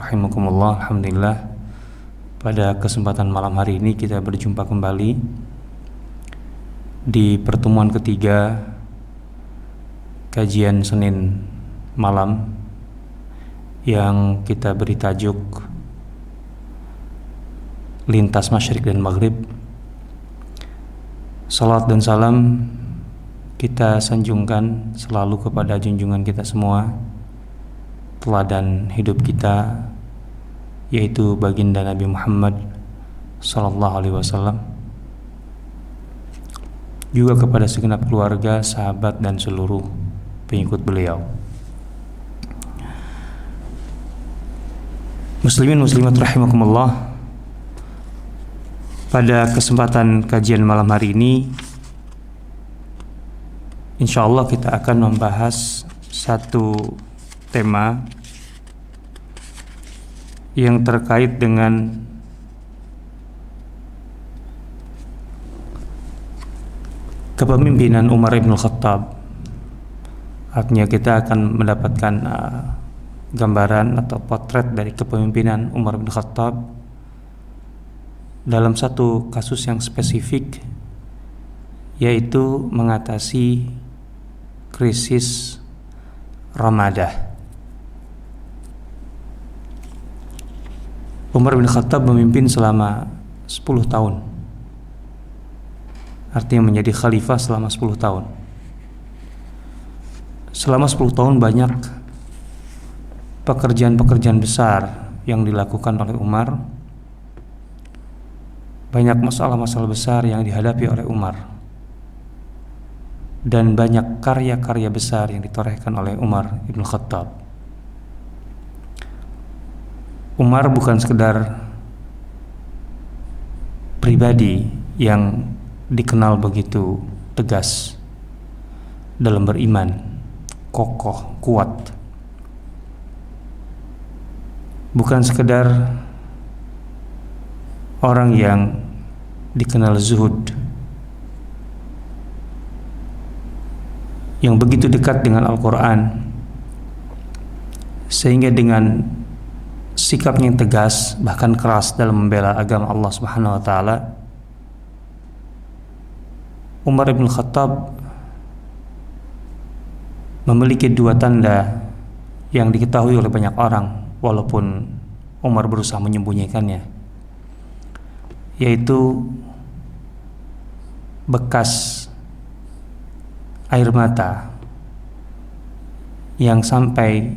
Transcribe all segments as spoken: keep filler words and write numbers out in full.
rahimakumullah. Alhamdulillah, pada kesempatan malam hari ini kita berjumpa kembali di pertemuan ketiga kajian Senin malam yang kita beri tajuk Lintas Masyriq dan Maghrib. Salat dan salam kita sanjungkan selalu kepada junjungan kita semua, teladan hidup kita, yaitu baginda Nabi Muhammad sallallahu alaihi wasallam, juga kepada segenap keluarga, sahabat dan seluruh pengikut beliau. Muslimin muslimat rahimakumullah, pada kesempatan kajian malam hari ini insyaallah kita akan membahas satu tema yang terkait dengan kepemimpinan Umar ibn Khattab. Artinya kita akan mendapatkan uh, gambaran atau potret dari kepemimpinan Umar bin Khattab dalam satu kasus yang spesifik, yaitu mengatasi krisis Ramadah. Umar bin Khattab memimpin selama sepuluh tahun, artinya menjadi khalifah selama sepuluh tahun. Selama sepuluh tahun banyak pekerjaan-pekerjaan besar yang dilakukan oleh Umar, banyak masalah-masalah besar yang dihadapi oleh Umar, dan banyak karya-karya besar yang ditorehkan oleh Umar ibn Khattab. Umar bukan sekedar pribadi yang dikenal begitu tegas dalam beriman, kokoh, kuat. Bukan sekedar orang yang dikenal zuhud, yang begitu dekat dengan Al-Quran, sehingga dengan sikapnya yang tegas bahkan keras dalam membela agama Allah Subhanahu wa taala, Umar bin Khattab memiliki dua tanda yang diketahui oleh banyak orang walaupun Umar berusaha menyembunyikannya, yaitu bekas air mata yang sampai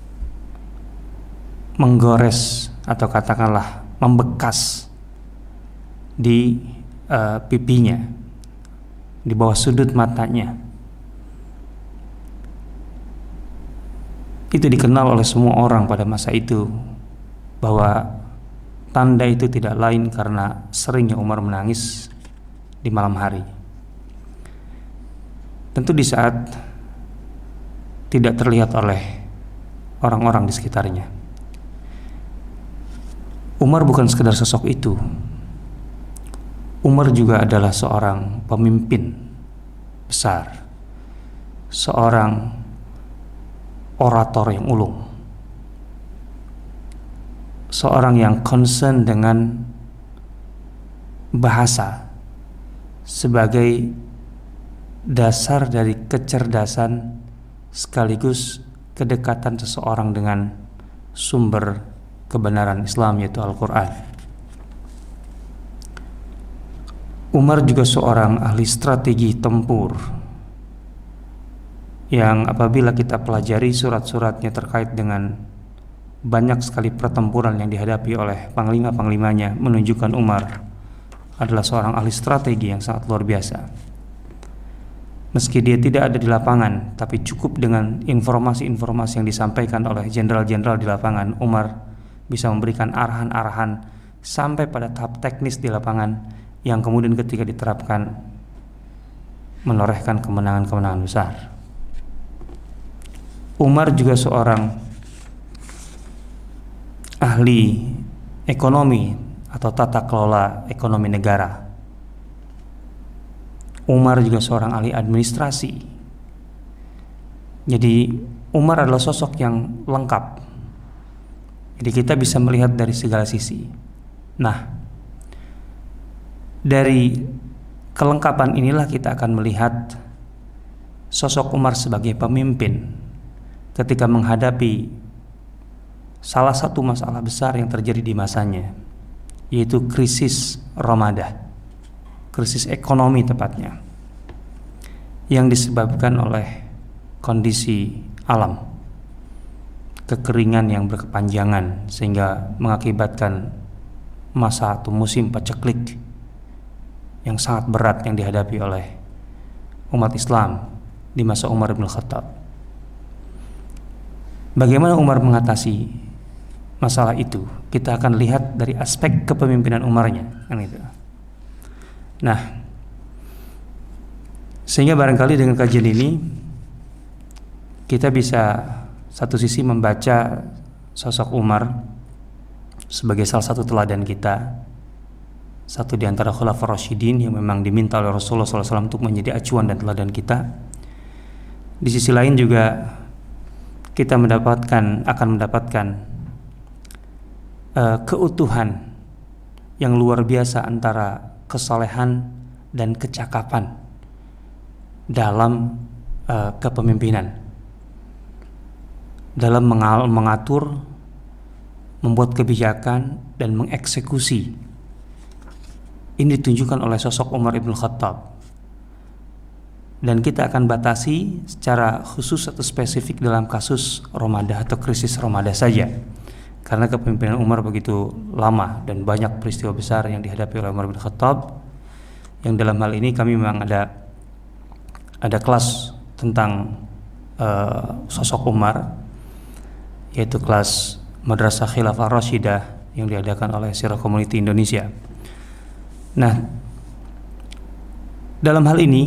menggores atau katakanlah membekas di uh, pipinya, di bawah sudut matanya. Itu dikenal oleh semua orang pada masa itu, bahwa tanda itu tidak lain karena seringnya Umar menangis di malam hari. Tentu di saat tidak terlihat oleh orang-orang di sekitarnya. Umar bukan sekedar sosok itu. Umar juga adalah seorang pemimpin besar, seorang orator yang ulung, seorang yang concern dengan bahasa sebagai dasar dari kecerdasan sekaligus kedekatan seseorang dengan sumber kebenaran Islam, yaitu Al-Quran. Umar juga seorang ahli strategi tempur yang apabila kita pelajari surat-suratnya terkait dengan banyak sekali pertempuran yang dihadapi oleh panglima-panglimanya, menunjukkan Umar adalah seorang ahli strategi yang sangat luar biasa. Meski dia tidak ada di lapangan, tapi cukup dengan informasi-informasi yang disampaikan oleh jenderal-jenderal di lapangan, Umar bisa memberikan arahan-arahan sampai pada tahap teknis di lapangan yang kemudian ketika diterapkan menorehkan kemenangan-kemenangan besar. Umar juga seorang ahli ekonomi atau tata kelola ekonomi negara. Umar juga seorang ahli administrasi. Jadi Umar adalah sosok yang lengkap Jadi kita bisa melihat dari segala sisi. Nah, dari kelengkapan inilah kita akan melihat sosok Umar sebagai pemimpin ketika menghadapi salah satu masalah besar yang terjadi di masanya, yaitu krisis Ramadah, krisis ekonomi tepatnya, yang disebabkan oleh kondisi alam, kekeringan yang berkepanjangan sehingga mengakibatkan masa atau musim paceklik yang sangat berat yang dihadapi oleh umat Islam di masa Umar bin Khattab. Bagaimana Umar mengatasi masalah itu? Kita akan lihat dari aspek kepemimpinan Umarnya, kan itu. Nah, sehingga barangkali dengan kajian ini kita bisa satu sisi membaca sosok Umar sebagai salah satu teladan kita, satu di antara Khulafaur Rasyidin yang memang diminta oleh Rasulullah shallallahu alaihi wasallam untuk menjadi acuan dan teladan kita. Di sisi lain juga kita mendapatkan akan mendapatkan uh, keutuhan yang luar biasa antara kesalehan dan kecakapan dalam uh, kepemimpinan, dalam mengal- mengatur, membuat kebijakan dan mengeksekusi. Ini ditunjukkan oleh sosok Umar ibn Khattab. Dan kita akan batasi secara khusus atau spesifik dalam kasus Ramadah atau krisis Ramadah saja, karena kepemimpinan Umar begitu lama dan banyak peristiwa besar yang dihadapi oleh Umar bin Khattab, yang dalam hal ini kami memang ada ada kelas tentang uh, sosok Umar, yaitu kelas Madrasah Khilafah Rasyidah yang diadakan oleh Sirah Community Indonesia. Nah, dalam hal ini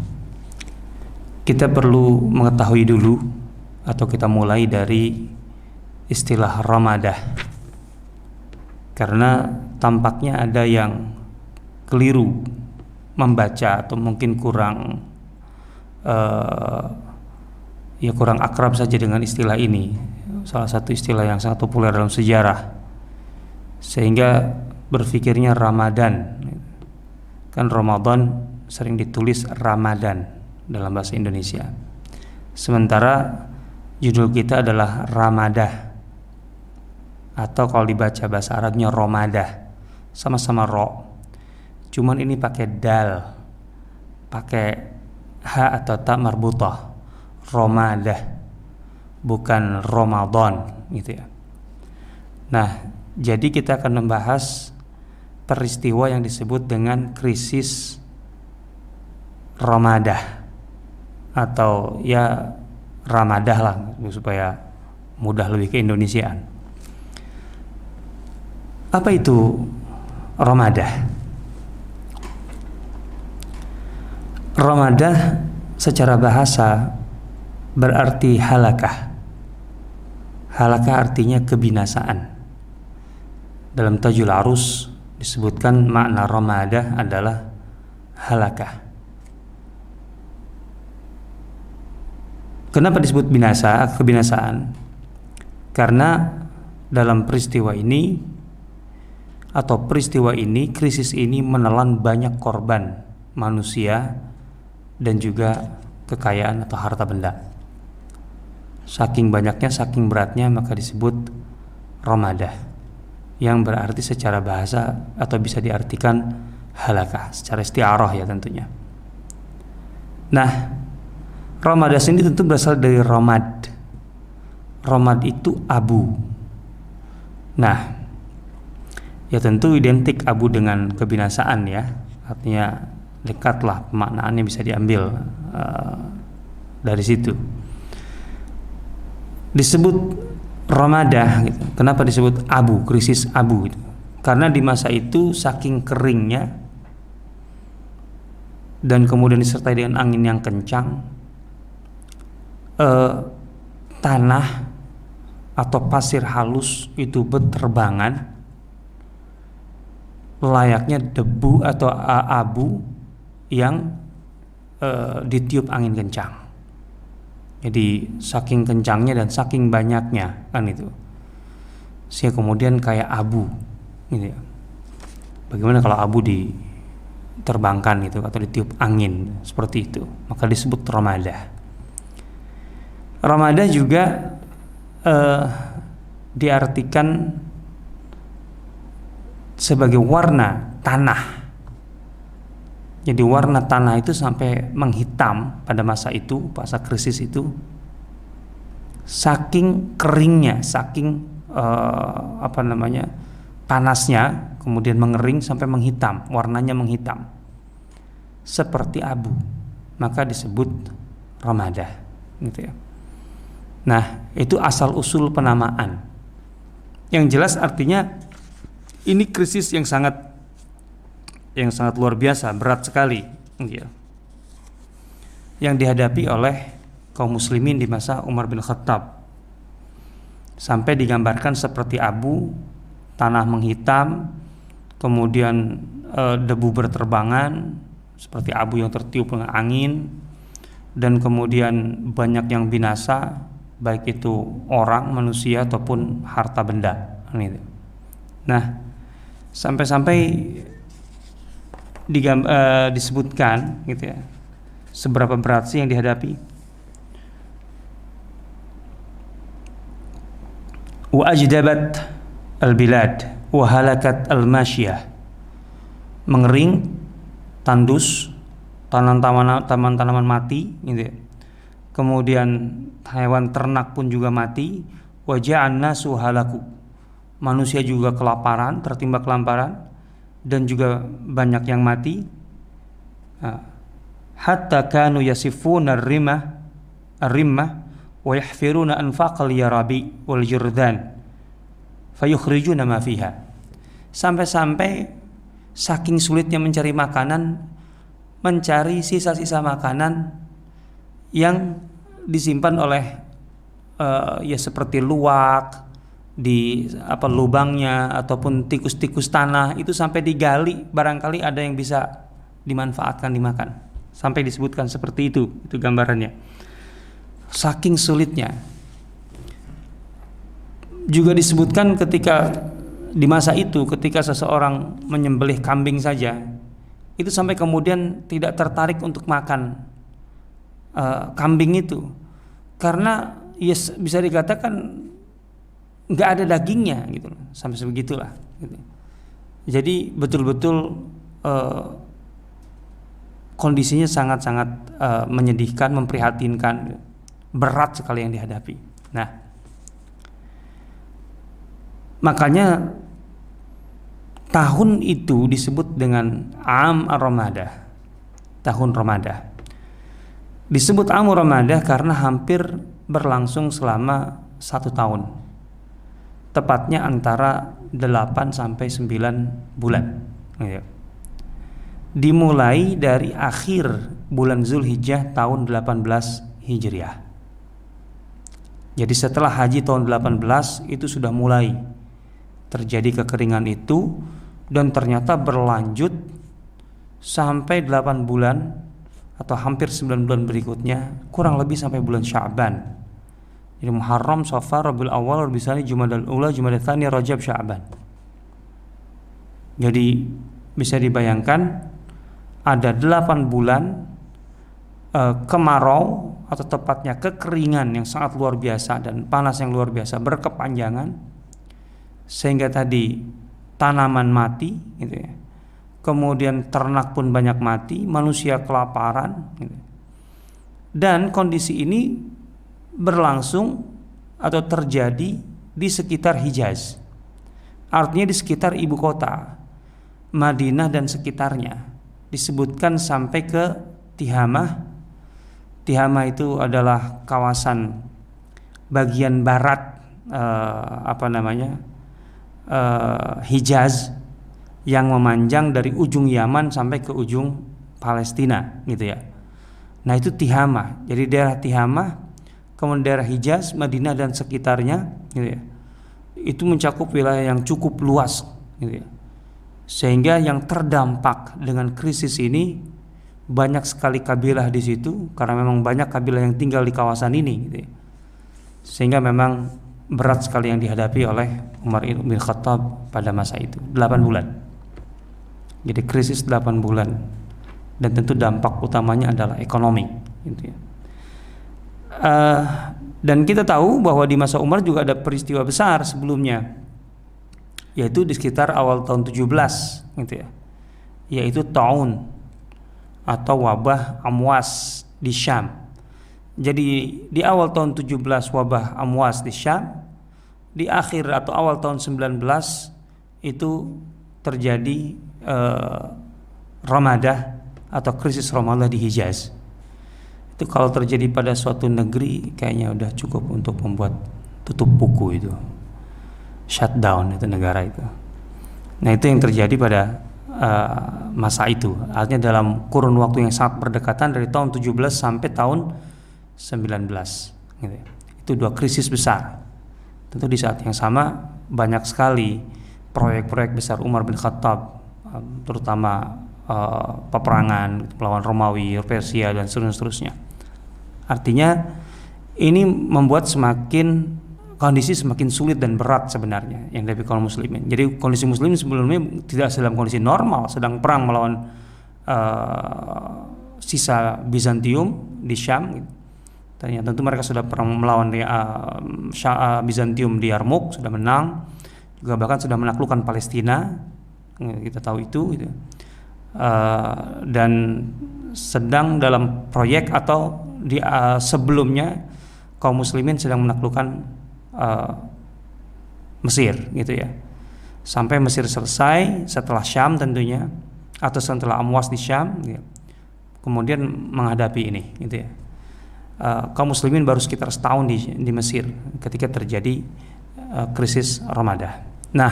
kita perlu mengetahui dulu, atau kita mulai dari istilah Ramadah, karena tampaknya ada yang keliru membaca atau mungkin kurang uh, ya kurang akrab saja dengan istilah ini, salah satu istilah yang sangat populer dalam sejarah, sehingga berpikirnya Ramadan. Kan Ramadan sering ditulis Ramadan dalam bahasa Indonesia, sementara judul kita adalah Ramadah, atau kalau dibaca bahasa Arabnya Romadah, sama-sama ro, cuman ini pakai dal, pakai ha atau ta marbutah, Romadah, bukan Ramadan gitu ya. Nah, jadi kita akan membahas peristiwa yang disebut dengan krisis Ramadah, atau ya Ramadah lah supaya mudah lebih ke Indonesiaan. Apa itu Ramadah? Ramadah secara bahasa berarti halakah. Halakah artinya kebinasaan. Dalam Tajul Arus disebutkan makna Ramadah adalah halakah. Kenapa disebut binasa, kebinasaan? Karena dalam peristiwa ini atau peristiwa ini, krisis ini menelan banyak korban manusia dan juga kekayaan atau harta benda. Saking banyaknya, saking beratnya, maka disebut Ramadah, yang berarti secara bahasa atau bisa diartikan halakah, secara isti'arah ya tentunya. Nah, Ramadah sendiri tentu berasal dari Ramad. Ramad itu abu. Nah, ya tentu identik abu dengan kebinasaan ya, artinya dekatlah pemaknaannya bisa diambil uh, dari situ. Disebut Ramadah gitu. Kenapa disebut abu, krisis abu gitu? Karena di masa itu saking keringnya dan kemudian disertai dengan angin yang kencang, eh, tanah atau pasir halus itu berterbangan layaknya debu atau abu yang eh, ditiup angin kencang. Jadi saking kencangnya dan saking banyaknya kan itu, sehingga kemudian kayak abu gitu ya. Bagaimana kalau abu diterbangkan gitu atau ditiup angin seperti itu, maka disebut ramadah. Ramadah juga eh, diartikan sebagai warna tanah. Jadi warna tanah itu sampai menghitam pada masa itu, masa krisis itu, saking keringnya, saking uh, apa namanya panasnya, kemudian mengering sampai menghitam, warnanya menghitam, seperti abu, maka disebut ramadah, gitu ya. Nah, itu asal usul penamaan. Yang jelas artinya ini krisis yang sangat yang sangat luar biasa, berat sekali ya, yang dihadapi oleh kaum muslimin di masa Umar bin Khattab, sampai digambarkan seperti abu, tanah menghitam, kemudian e, debu berterbangan seperti abu yang tertiup dengan angin, dan kemudian banyak yang binasa, baik itu orang, manusia ataupun harta benda. Nah, sampai-sampai Digam, uh, disebutkan gitu ya, seberapa berat sih yang dihadapi. Wa ajdabat al-bilad wa halakat al-masyiyah, mengering, tandus, tanaman-tanaman mati gitu ya. Kemudian hewan ternak pun juga mati. Wa ja'an nasu halaku, manusia juga kelaparan, tertimpa kelaparan, dan juga banyak yang mati. Hatta kanu yasifuna ar-rimah ar-rimmah wa yahfiruna anfaqal yarabi wal jurdan fayukhrijuna ma fiha. Sampai-sampai saking sulitnya mencari makanan, mencari sisa-sisa makanan yang disimpan oleh uh, ya seperti luwak di apa lubangnya ataupun tikus-tikus tanah itu, sampai digali, barangkali ada yang bisa dimanfaatkan dimakan, sampai disebutkan seperti itu. Itu gambarannya, saking sulitnya. Juga disebutkan ketika di masa itu, ketika seseorang menyembelih kambing saja, itu sampai kemudian tidak tertarik untuk makan uh, kambing itu, karena yes, bisa dikatakan nggak ada dagingnya gitu, sampai sebegitulah gitu. Jadi betul-betul uh, kondisinya sangat-sangat uh, menyedihkan, memprihatinkan, berat sekali yang dihadapi. Nah, makanya tahun itu disebut dengan Am Ar-Ramadah, tahun Ramadah. Disebut Am Ramadah karena hampir berlangsung selama satu tahun, tepatnya antara delapan sampai sembilan bulan ya. Dimulai dari akhir bulan Zulhijjah tahun delapan belas Hijriah. Jadi setelah haji tahun delapan belas itu sudah mulai terjadi kekeringan itu, dan ternyata berlanjut sampai delapan bulan atau hampir sembilan bulan berikutnya, kurang lebih sampai bulan Sya'ban. Jadi Muharram, Safar, Rabiul Awal, Rabiul Tsani, Jumadal Ula, Jumadal Tsani, Rajab, Sya'ban. Jadi bisa dibayangkan ada delapan bulan e, kemarau atau tepatnya kekeringan yang sangat luar biasa dan panas yang luar biasa berkepanjangan, sehingga tadi tanaman mati gitu ya. Kemudian ternak pun banyak mati, manusia kelaparan gitu. Dan kondisi ini berlangsung atau terjadi di sekitar Hijaz, artinya di sekitar ibu kota Madinah dan sekitarnya. Disebutkan sampai ke Tihamah. Tihamah itu adalah kawasan bagian barat eh, apa namanya eh, Hijaz, yang memanjang dari ujung Yaman sampai ke ujung Palestina gitu ya. Nah, itu Tihamah. Jadi daerah Tihamah, kemudian daerah Hijaz, Madinah dan sekitarnya gitu ya, itu mencakup wilayah yang cukup luas gitu ya. Sehingga yang terdampak dengan krisis ini banyak sekali kabilah di situ, karena memang banyak kabilah yang tinggal di kawasan ini gitu ya. Sehingga memang berat sekali yang dihadapi oleh Umar bin Khattab pada masa itu, delapan bulan. Jadi krisis delapan bulan, dan tentu dampak utamanya adalah ekonomi, gitu ya. Uh, dan kita tahu bahwa di masa Umar juga ada peristiwa besar sebelumnya, yaitu di sekitar awal tahun tujuh belas, gitu ya, yaitu taun atau wabah Amwas di Syam. Jadi di awal tahun tujuh belas wabah Amwas di Syam, di akhir atau awal tahun sembilan belas itu terjadi eh, Ramadah atau krisis Ramadah di Hijaz. Itu kalau terjadi pada suatu negeri kayaknya udah cukup untuk membuat tutup buku itu, shutdown itu negara itu. Nah, itu yang terjadi pada uh, masa itu. Artinya dalam kurun waktu yang sangat berdekatan dari tahun tujuh belas sampai tahun sembilan belas, gitu ya. Itu dua krisis besar. Tentu di saat yang sama banyak sekali proyek-proyek besar Umar bin Khattab, terutama uh, peperangan melawan Romawi, Persia dan seterusnya. Artinya ini membuat semakin kondisi semakin sulit dan berat sebenarnya yang dihadapi kaum muslimin. Jadi kondisi muslim sebelumnya tidak dalam kondisi normal, sedang perang melawan uh, sisa Bizantium di Syam, gitu. Ternyata tentu mereka sudah perang melawan uh, Bizantium di Yarmouk, sudah menang, juga bahkan sudah menaklukkan Palestina, kita tahu itu, gitu. Uh, dan sedang dalam proyek atau di uh, sebelumnya kaum muslimin sedang menaklukkan uh, Mesir, gitu ya, sampai Mesir selesai setelah Syam tentunya, atau setelah Amwas di Syam, gitu. Kemudian menghadapi ini, gitu ya. Uh, kaum muslimin baru sekitar setahun di, di Mesir ketika terjadi uh, krisis Ramadah. Nah,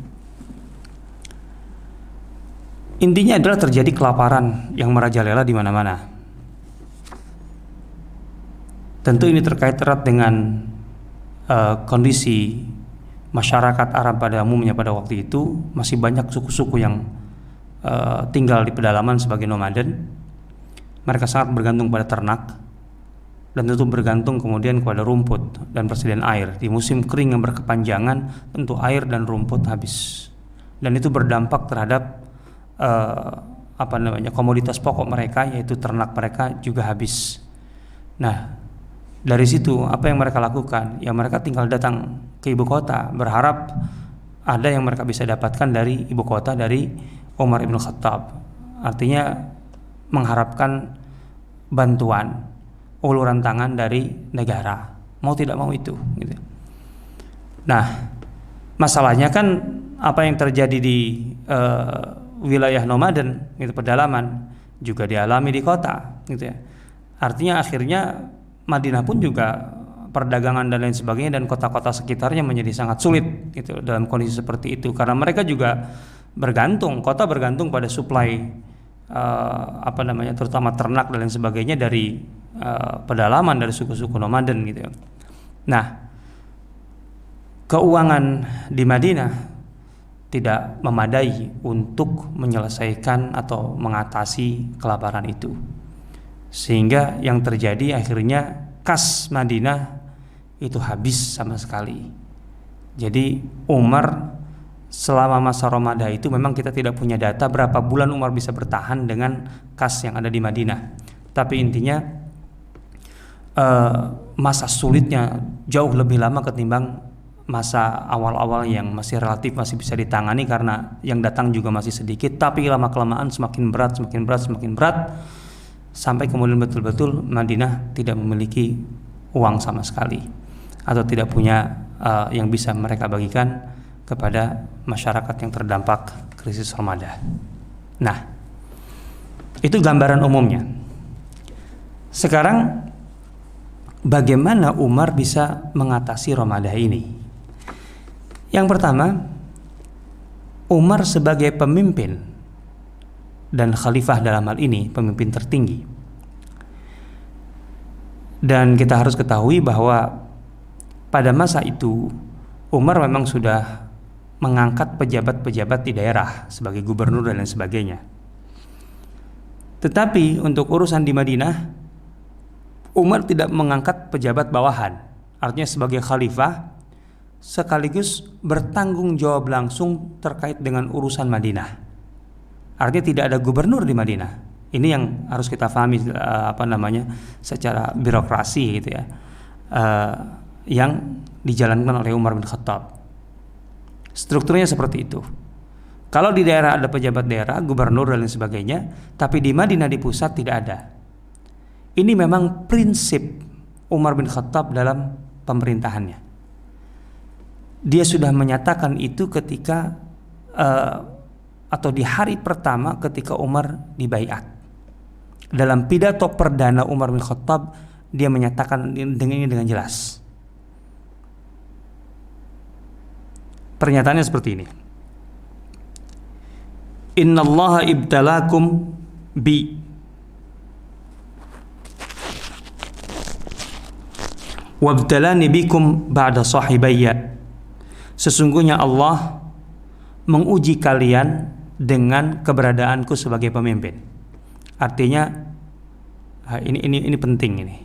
intinya adalah terjadi kelaparan yang merajalela di mana-mana. Tentu ini terkait erat dengan uh, kondisi masyarakat Arab pada umumnya pada waktu itu. Masih banyak suku-suku yang uh, tinggal di pedalaman sebagai nomaden. Mereka sangat bergantung pada ternak, dan tentu bergantung kemudian kepada rumput dan persediaan air. Di musim kering yang berkepanjangan, tentu air dan rumput habis, dan itu berdampak terhadap uh, apa namanya komoditas pokok mereka, yaitu ternak mereka juga habis. Nah, dari situ apa yang mereka lakukan? Ya, mereka tinggal datang ke ibu kota berharap ada yang mereka bisa dapatkan dari ibu kota, dari Umar bin Khattab. Artinya mengharapkan bantuan, uluran tangan dari negara, mau tidak mau itu, gitu. Nah, masalahnya kan apa yang terjadi di uh, wilayah nomaden, gitu, pedalaman, juga dialami di kota, gitu ya. Artinya akhirnya Madinah pun juga perdagangan dan lain sebagainya, dan kota-kota sekitarnya menjadi sangat sulit, gitu, dalam kondisi seperti itu, karena mereka juga bergantung, kota bergantung pada suplai uh, apa namanya terutama ternak dan lain sebagainya dari uh, pedalaman, dari suku-suku nomaden, gitu. Nah, keuangan di Madinah tidak memadai untuk menyelesaikan atau mengatasi kelaparan itu, sehingga yang terjadi akhirnya kas Madinah itu habis sama sekali. Jadi Umar selama masa Ramadah itu memang kita tidak punya data berapa bulan Umar bisa bertahan dengan kas yang ada di Madinah. Tapi intinya uh, masa sulitnya jauh lebih lama ketimbang masa awal-awal yang masih relatif masih bisa ditangani karena yang datang juga masih sedikit. Tapi lama kelamaan semakin berat, semakin berat, semakin berat, sampai kemudian betul-betul Madinah tidak memiliki uang sama sekali, atau tidak punya uh, yang bisa mereka bagikan kepada masyarakat yang terdampak krisis Ramadan. Nah, itu gambaran umumnya. Sekarang bagaimana Umar bisa mengatasi Ramadan ini? Yang pertama, Umar sebagai pemimpin dan khalifah dalam hal ini, pemimpin tertinggi. Dan kita harus ketahui bahwa pada masa itu Umar memang sudah mengangkat pejabat-pejabat di daerah sebagai gubernur dan lain sebagainya. Tetapi untuk urusan di Madinah, Umar tidak mengangkat pejabat bawahan. Artinya sebagai khalifah, sekaligus bertanggung jawab langsung terkait dengan urusan Madinah. Artinya tidak ada gubernur di Madinah. Ini yang harus kita pahami uh, apa namanya secara birokrasi gitu ya, uh, yang dijalankan oleh Umar bin Khattab. Strukturnya seperti itu. Kalau di daerah ada pejabat daerah, gubernur dan lain sebagainya, tapi di Madinah di pusat tidak ada. Ini memang prinsip Umar bin Khattab dalam pemerintahannya. Dia sudah menyatakan itu ketika uh, atau di hari pertama ketika Umar dibaiat. Dalam pidato perdana Umar bin Khattab, dia menyatakan dengan ini dengan jelas. Pernyataannya seperti ini. Innallaha ibtalakum bi wabtalani bikum ba'da sahibayya. Sesungguhnya Allah menguji kalian dengan keberadaanku sebagai pemimpin. Artinya ini ini ini penting ini.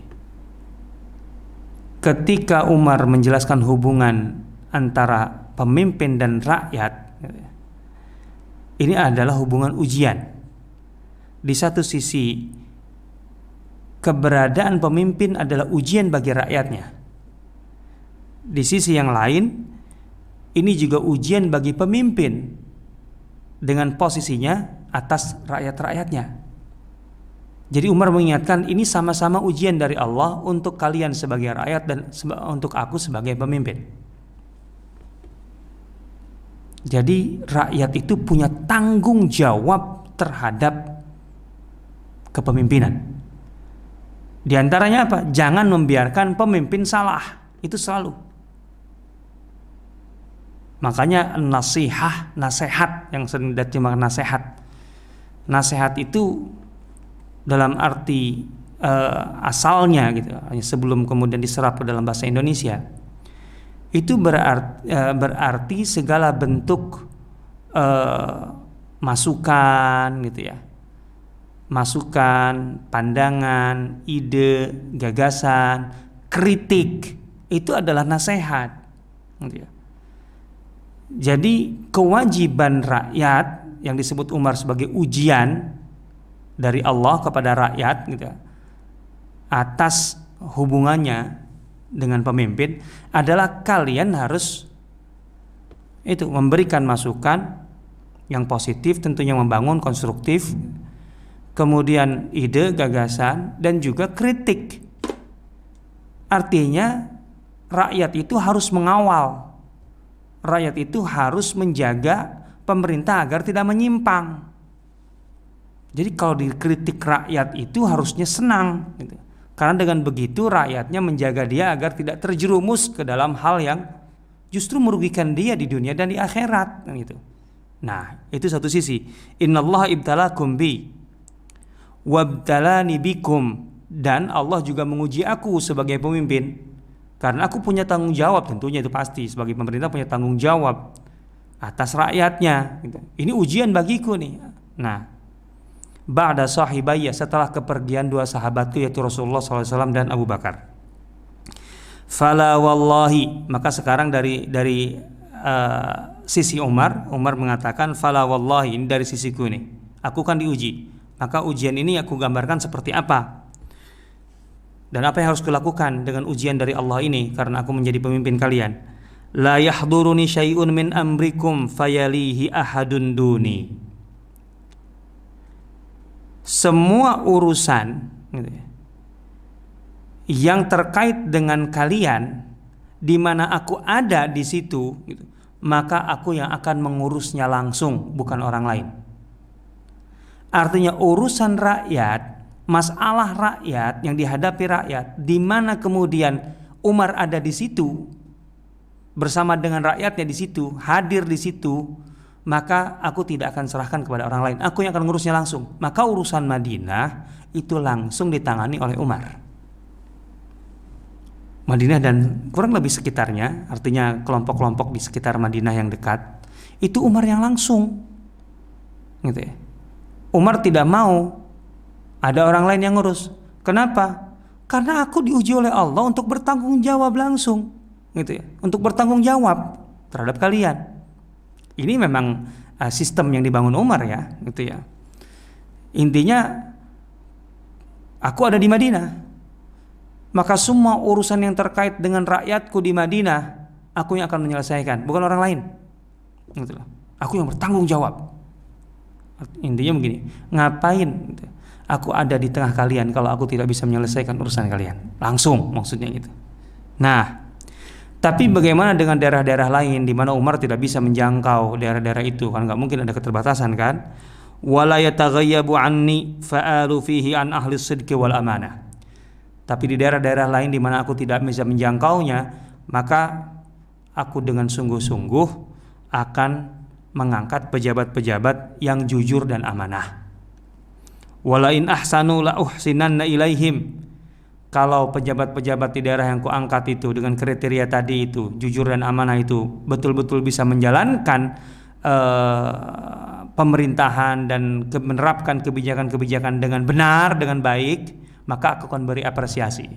Ketika Umar menjelaskan hubungan antara pemimpin dan rakyat, ini adalah hubungan ujian. Di satu sisi keberadaan pemimpin adalah ujian bagi rakyatnya. Di sisi yang lain, ini juga ujian bagi pemimpin dengan posisinya atas rakyat-rakyatnya. Jadi Umar mengingatkan ini sama-sama ujian dari Allah untuk kalian sebagai rakyat dan untuk aku sebagai pemimpin. Jadi rakyat itu punya tanggung jawab terhadap kepemimpinan. Di antaranya apa? Jangan membiarkan pemimpin salah. Itu selalu. Makanya nasihah, nasihat yang sering diterjemahkan nasihat. Nasihat itu dalam arti uh, asalnya gitu, sebelum kemudian diserap ke dalam bahasa Indonesia, itu berarti, uh, berarti segala bentuk uh, masukan gitu ya, masukan, pandangan, ide, gagasan, kritik, itu adalah nasihat gitu ya. Jadi kewajiban rakyat yang disebut Umar sebagai ujian dari Allah kepada rakyat gitu, atas hubungannya dengan pemimpin adalah kalian harus itu memberikan masukan yang positif, tentunya membangun, konstruktif, kemudian ide, gagasan, dan juga kritik. Artinya rakyat itu harus mengawal, rakyat itu harus menjaga pemerintah agar tidak menyimpang. Jadi kalau dikritik rakyat itu harusnya senang gitu. Karena dengan begitu rakyatnya menjaga dia agar tidak terjerumus ke dalam hal yang justru merugikan dia di dunia dan di akhirat gitu. Nah, itu satu sisi. Innallaha ibtalakum bi wabtalani bikum, dan Allah juga menguji aku sebagai pemimpin. Karena aku punya tanggung jawab, tentunya itu pasti sebagai pemerintah punya tanggung jawab atas rakyatnya gitu. Ini ujian bagiku nih. Nah, ba'da sahibayya, setelah kepergian dua sahabatku yaitu Rasulullah shallallahu alaihi wasallam dan Abu Bakar. Fala wallahi, maka sekarang dari dari uh, sisi Umar, Umar mengatakan fala wallahi, ini dari sisiku nih. Aku kan diuji. Maka ujian ini aku gambarkan seperti apa? Dan apa yang harus kulakukan dengan ujian dari Allah ini karena aku menjadi pemimpin kalian? La yahduruni syai'un min amrikum fayalihi ahadun duni. Semua urusan gitu ya, yang terkait dengan kalian di mana aku ada di situ gitu, maka aku yang akan mengurusnya langsung, bukan orang lain. Artinya urusan rakyat, masalah rakyat yang dihadapi rakyat, di mana kemudian Umar ada di situ bersama dengan rakyatnya di situ, hadir di situ, maka aku tidak akan serahkan kepada orang lain. Aku yang akan ngurusnya langsung. Maka urusan Madinah itu langsung ditangani oleh Umar. Madinah dan kurang lebih sekitarnya, artinya kelompok-kelompok di sekitar Madinah yang dekat, itu Umar yang langsung. Gitu ya. Umar tidak mau ada orang lain yang ngurus. Kenapa? Karena aku diuji oleh Allah untuk bertanggung jawab langsung. gitu ya, untuk bertanggung jawab terhadap kalian. Ini memang uh, sistem yang dibangun Umar ya, gitu ya. Intinya aku ada di Madinah, maka semua urusan yang terkait dengan rakyatku di Madinah aku yang akan menyelesaikan, bukan orang lain. Gitu loh. Aku yang bertanggung jawab. Intinya begini, ngapain gitu, aku ada di tengah kalian kalau aku tidak bisa menyelesaikan urusan kalian langsung, maksudnya gitu. Nah, tapi bagaimana dengan daerah-daerah lain di mana Umar tidak bisa menjangkau daerah-daerah itu, kan nggak mungkin, ada keterbatasan kan. Wala yataghayyabu anni fa'alu fihi an ahli sidqi wal amanah. Tapi di daerah-daerah lain di mana aku tidak bisa menjangkaunya, maka aku dengan sungguh-sungguh akan mengangkat pejabat-pejabat yang jujur dan amanah. Wala in ahsanu la uhsinanna ilaihim. Kalau pejabat-pejabat di daerah yang kuangkat itu dengan kriteria tadi itu, jujur dan amanah itu, betul-betul bisa menjalankan uh, pemerintahan dan ke, menerapkan kebijakan-kebijakan dengan benar, dengan baik, maka aku akan beri apresiasi.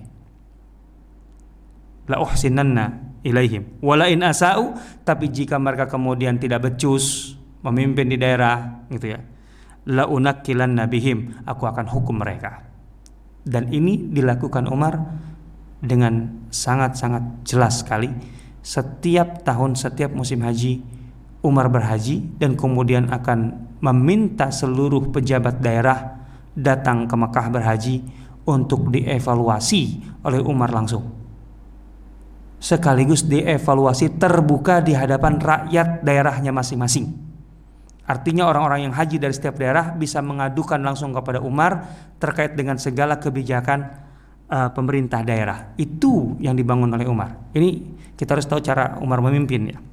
La uhsinanna ilaihim. Wala in asa'u, tapi jika mereka kemudian tidak becus memimpin di daerah, gitu ya, la unakkilanna bihim, aku akan hukum mereka. Dan ini dilakukan Umar dengan sangat-sangat jelas sekali. Setiap tahun, setiap musim haji, Umar berhaji dan kemudian akan meminta seluruh pejabat daerah datang ke Mekah berhaji untuk dievaluasi oleh Umar langsung. Sekaligus dievaluasi terbuka di hadapan rakyat daerahnya masing-masing. Artinya orang-orang yang haji dari setiap daerah bisa mengadukan langsung kepada Umar terkait dengan segala kebijakan uh, pemerintah daerah. Itu yang dibangun oleh Umar. Ini kita harus tahu cara Umar memimpin ya.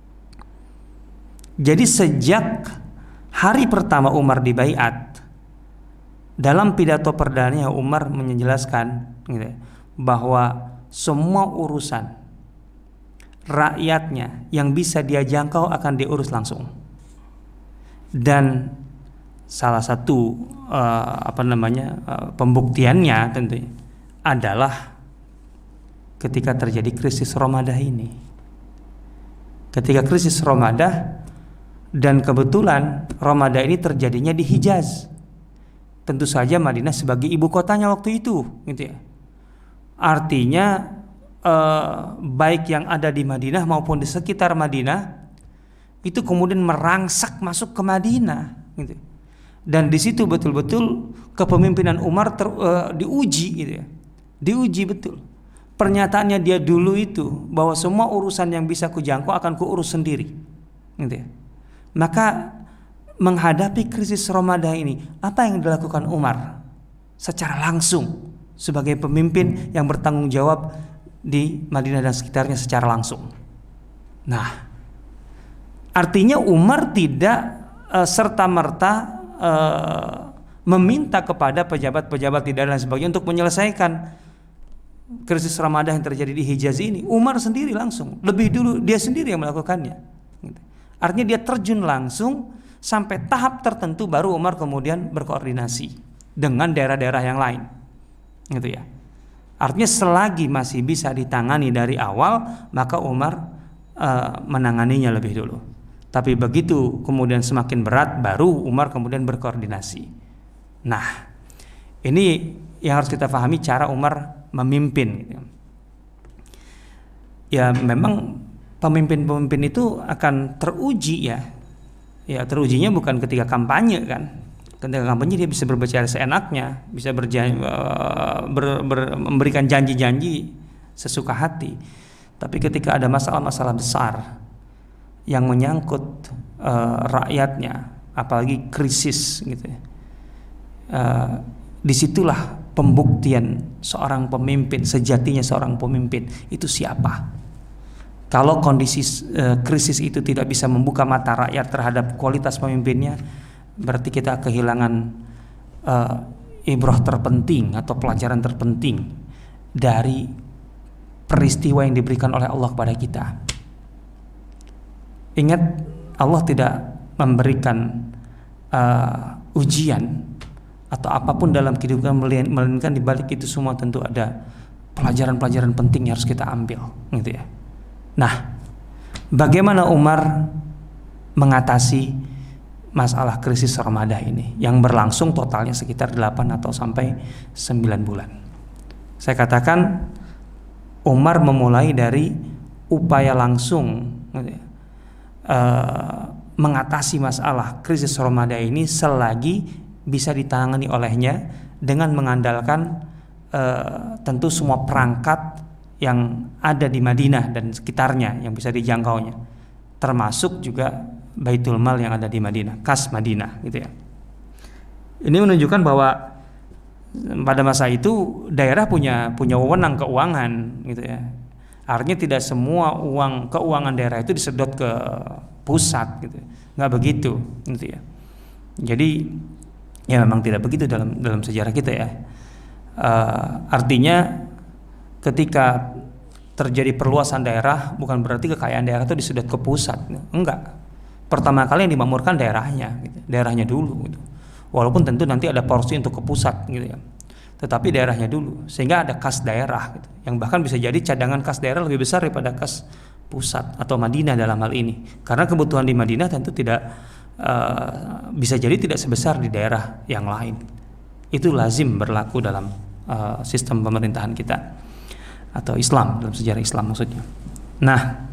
Jadi sejak hari pertama Umar dibaiat, dalam pidato perdananya Umar menjelaskan gitu, bahwa semua urusan rakyatnya yang bisa dia jangkau akan diurus langsung. Dan salah satu uh, apa namanya uh, pembuktiannya tentunya adalah ketika terjadi krisis Ramadah ini. Ketika krisis Ramadah, dan kebetulan Ramadah ini terjadinya di Hijaz. Tentu saja Madinah sebagai ibu kotanya waktu itu, gitu ya. Artinya uh, baik yang ada di Madinah maupun di sekitar Madinah itu kemudian merangsak masuk ke Madinah, gitu. Dan di situ betul-betul kepemimpinan Umar ter, uh, diuji, gitu ya, diuji betul. Pernyataannya dia dulu itu bahwa semua urusan yang bisa kujangkau akan kuurus sendiri, gitu ya. Maka menghadapi krisis Ramadan ini, apa yang dilakukan Umar secara langsung sebagai pemimpin yang bertanggung jawab di Madinah dan sekitarnya secara langsung? Nah, artinya Umar tidak uh, serta-merta uh, meminta kepada pejabat-pejabat di daerah dan sebagainya untuk menyelesaikan krisis Ramadan yang terjadi di Hijaz ini. Umar sendiri langsung, lebih dulu dia sendiri yang melakukannya. Artinya dia terjun langsung sampai tahap tertentu, baru Umar kemudian berkoordinasi dengan daerah-daerah yang lain, gitu ya. Artinya selagi masih bisa ditangani dari awal, maka Umar uh, menanganinya lebih dulu. Tapi begitu kemudian semakin berat, baru Umar kemudian berkoordinasi. Nah, ini yang harus kita pahami cara Umar memimpin, gitu. Ya memang pemimpin-pemimpin itu akan teruji ya. Ya terujinya bukan ketika kampanye kan. Ketika kampanye dia bisa berbicara seenaknya, bisa berjanji, ber, ber, memberikan janji-janji sesuka hati. Tapi ketika ada masalah-masalah besar yang menyangkut uh, rakyatnya, apalagi krisis gitu ya, uh, disitulah pembuktian seorang pemimpin, sejatinya seorang pemimpin itu siapa. Kalau kondisi uh, krisis itu tidak bisa membuka mata rakyat terhadap kualitas pemimpinnya, berarti kita kehilangan uh, ibrah terpenting atau pelajaran terpenting dari peristiwa yang diberikan oleh Allah kepada kita. Ingat, Allah tidak memberikan uh, ujian atau apapun dalam kehidupan melainkan di balik itu semua tentu ada pelajaran-pelajaran penting yang harus kita ambil, gitu ya. Nah, bagaimana Umar mengatasi masalah krisis Ramadah ini yang berlangsung totalnya sekitar delapan atau sampai sembilan bulan? Saya katakan Umar memulai dari upaya langsung uh, mengatasi masalah krisis Ramadan ini selagi bisa ditangani olehnya dengan mengandalkan uh, tentu semua perangkat yang ada di Madinah dan sekitarnya yang bisa dijangkaunya, termasuk juga Baitul Mal yang ada di Madinah, kas Madinah gitu ya. Ini menunjukkan bahwa pada masa itu daerah punya punya wewenang keuangan gitu ya. Artinya tidak semua uang keuangan daerah itu disedot ke pusat gitu, nggak begitu gitu ya. Jadi ya memang tidak begitu dalam dalam sejarah kita ya. Uh, artinya ketika terjadi perluasan daerah bukan berarti kekayaan daerah itu disedot ke pusat, enggak. Pertama kali yang dimakmurkan daerahnya, gitu. daerahnya dulu. Gitu. Walaupun tentu nanti ada porsi untuk ke pusat, gitu ya. Tetapi daerahnya dulu, sehingga ada kas daerah, gitu. Yang bahkan bisa jadi cadangan kas daerah lebih besar daripada kas pusat atau Madinah dalam hal ini. Karena kebutuhan di Madinah tentu tidak uh, bisa jadi tidak sebesar di daerah yang lain. Itu lazim berlaku dalam uh, sistem pemerintahan kita. Atau Islam, dalam sejarah Islam maksudnya. Nah,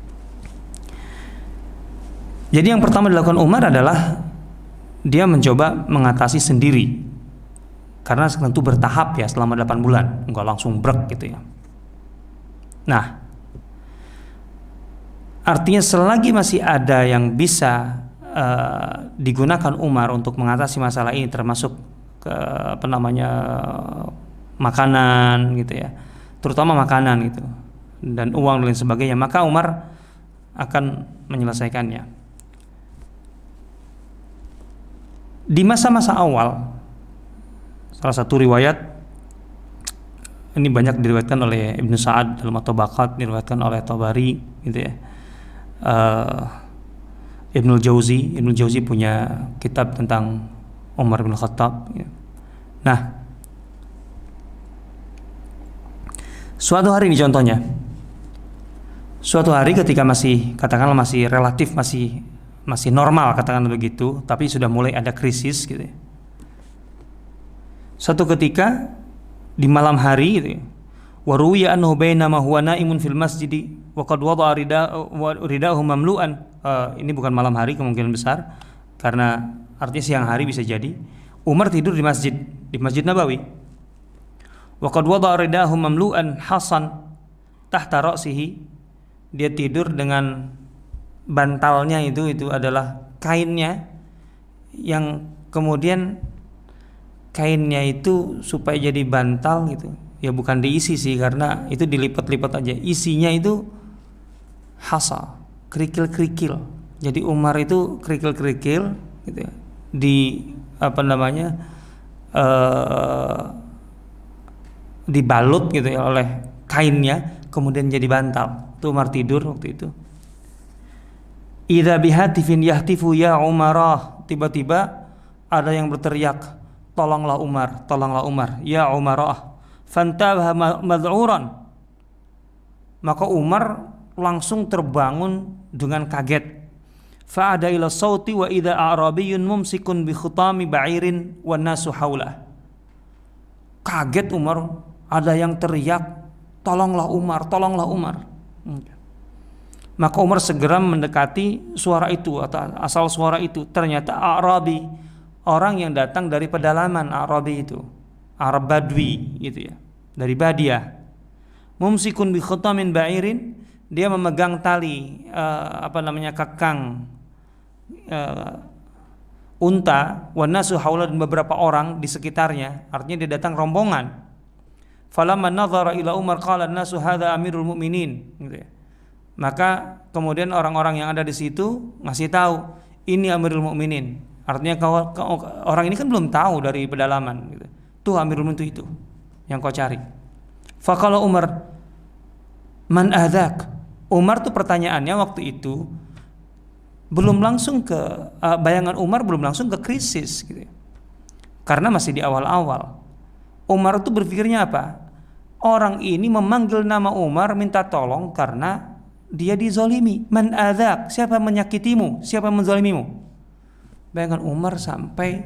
jadi yang pertama dilakukan Umar adalah dia mencoba mengatasi sendiri, karena tentu bertahap ya selama delapan bulan, enggak langsung brek gitu ya. Nah, artinya selagi masih ada yang bisa uh, digunakan Umar untuk mengatasi masalah ini, termasuk ke, apa namanya makanan gitu ya, terutama makanan gitu dan uang dan lain sebagainya, maka Umar akan menyelesaikannya. Di masa-masa awal, salah satu riwayat ini banyak diriwayatkan oleh Ibnu Sa'ad dalam At-Tabaqat, diriwayatkan oleh Tabari gitu ya. Uh, Ibnu Jauzi, Ibnu Jauzi punya kitab tentang Umar bin Khattab. Ya. Nah, suatu hari ini contohnya, suatu hari ketika masih katakanlah masih relatif masih masih normal katakanlah begitu, tapi sudah mulai ada krisis gitu ya. Suatu ketika di malam hari gitu ya, wa ruwiya annahu bainama huwa naimun fil masjid wa qad wada'a ridahu mamlu'an. Uh, ini bukan malam hari kemungkinan besar, karena artinya siang hari bisa jadi. Umar tidur di masjid, di Masjid Nabawi. Wa qad wada'a ridahu mamlu'an hasan tahta ra'sihi. Dia tidur dengan bantalnya itu itu adalah kainnya yang kemudian kainnya itu supaya jadi bantal gitu. Ya bukan diisi sih, karena itu dilipat-lipat aja. Isinya itu hasa, kerikil-kerikil. Jadi Umar itu kerikil-kerikil gitu ya. Di apa namanya? Uh, dibalut gitu ya oleh kainnya, kemudian jadi bantal. Itu Umar tidur waktu itu. Idza bihatifin yahtifu ya Umarah. Tiba-tiba ada yang berteriak, tolonglah Umar, tolonglah Umar, ya Umarah. Fantabaha mad'uran. Maka Umar langsung terbangun dengan kaget. Fa'ada ila sauti wa idza a'rabiyyun mumsikun bi khutami ba'irin wan nasu haulah. Kaget Umar, ada yang teriak, tolonglah Umar, tolonglah Umar. Maka Umar segera mendekati suara itu atau asal suara itu. Ternyata Arabi, orang yang datang dari pedalaman. Arabi itu Arab Badwi gitu ya, dari Badiah. Mumsikun bi khutamin ba'irin, dia memegang tali uh, apa namanya kekang uh, unta, wan nasu haula, dan beberapa orang di sekitarnya. Artinya dia datang rombongan. Falamma nadhara ila Umar qala an-nasu hadza amirul mu'minin gitu ya. Maka kemudian orang-orang yang ada di situ ngasih tahu, ini Amirul Mukminin. Artinya kau, kau, orang ini kan belum tahu dari pedalaman gitu. Tuh Amirul Mukminin itu yang kau cari. Faqala Umar, man adzak? Umar tuh pertanyaannya waktu itu belum langsung ke uh, bayangan Umar belum langsung ke krisis gitu. Karena masih di awal-awal. Umar tuh berpikirnya apa? Orang ini memanggil nama Umar minta tolong karena dia dizolimi. Man adzak, siapa menyakitimu, siapa menzolimimu. Bayangkan Umar sampai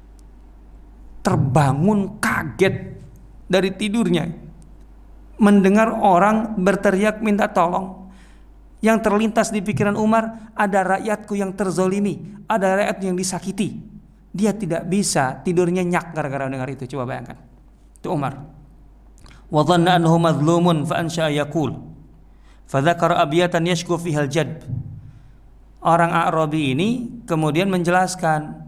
terbangun kaget dari tidurnya mendengar orang berteriak minta tolong. Yang terlintas di pikiran Umar, ada rakyatku yang terzolimi, ada rakyat yang disakiti. Dia tidak bisa tidurnya nyak gara-gara dengar itu. Coba bayangkan. Itu Umar. Wa dhanna annahu madhlumun fa ansha'a yaqul. Fa dzakara abyatan yashku fiha al-jadb. Orang A'rabi ini kemudian menjelaskan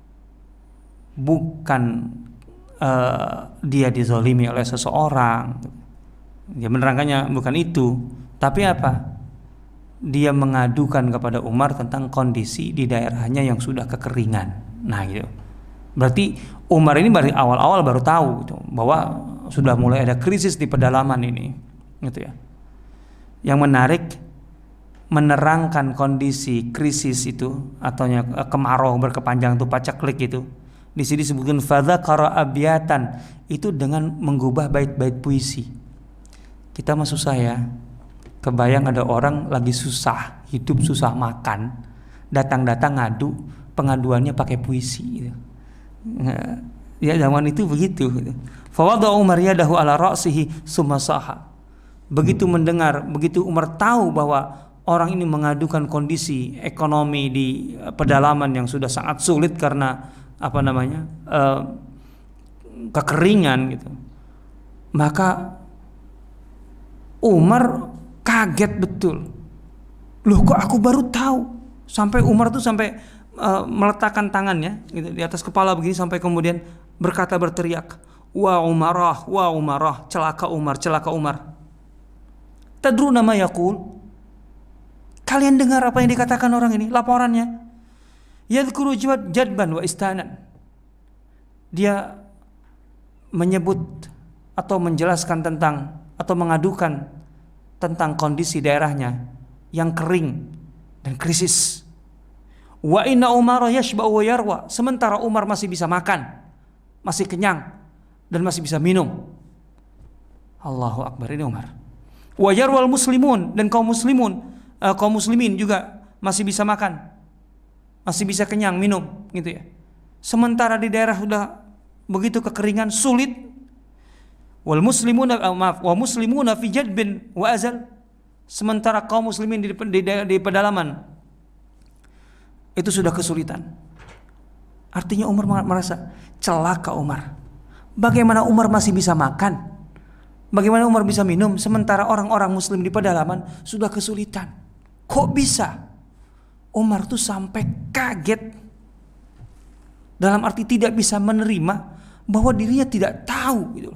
bukan uh, dia dizolimi oleh seseorang. Dia menerangkannya bukan itu, tapi apa? Dia mengadukan kepada Umar tentang kondisi di daerahnya yang sudah kekeringan. Nah, gitu. Berarti Umar ini dari awal-awal baru tahu gitu, bahwa sudah mulai ada krisis di pedalaman ini, gitu ya. Yang menarik, menerangkan kondisi krisis itu atau kemarau berkepanjang itu, paceklik itu. Di sini disebutkan fadzakara abyatan, itu dengan menggubah bait-bait puisi. Kita mah susah ya. Kebayang ada orang lagi susah, hidup susah makan, datang-datang ngadu, pengaduannya pakai puisi gitu. Nah, ya zaman itu begitu gitu. Fa wada Umar yadahu ala ra'sihi summa saha. Begitu mendengar, begitu Umar tahu bahwa orang ini mengadukan kondisi ekonomi di pedalaman yang sudah sangat sulit karena apa namanya? Uh, kekeringan gitu. Maka Umar kaget betul. Loh, kok aku baru tahu? Sampai Umar tuh sampai uh, meletakkan tangannya gitu, di atas kepala begini sampai kemudian berkata berteriak, "Wa Umarah, wa Umarah, celaka Umar, celaka Umar." Tadruna ma yaqul? Kalian dengar apa yang dikatakan orang ini? Laporannya. Yadhkuru jadban wa istanan. Dia menyebut atau menjelaskan tentang atau mengadukan tentang kondisi daerahnya yang kering dan krisis. Wa inna Umar yashba'u wa yarwa. Sementara Umar masih bisa makan, masih kenyang dan masih bisa minum. Allahu Akbar, ini Umar. Wa yarwal muslimun, dan kaum muslimun, uh, kaum muslimin juga masih bisa makan, masih bisa kenyang, minum, gitu ya. Sementara di daerah sudah begitu kekeringan, sulit. Wal muslimuna maaf wa muslimuna fi jadbin wa azal. Sementara kaum muslimin di, di, di pedalaman itu sudah kesulitan. Artinya Umar merasa celaka Umar. Bagaimana Umar masih bisa makan? Bagaimana Umar bisa minum sementara orang-orang muslim di pedalaman sudah kesulitan? Kok bisa? Umar tuh sampai kaget. Dalam arti tidak bisa menerima bahwa dirinya tidak tahu gitu.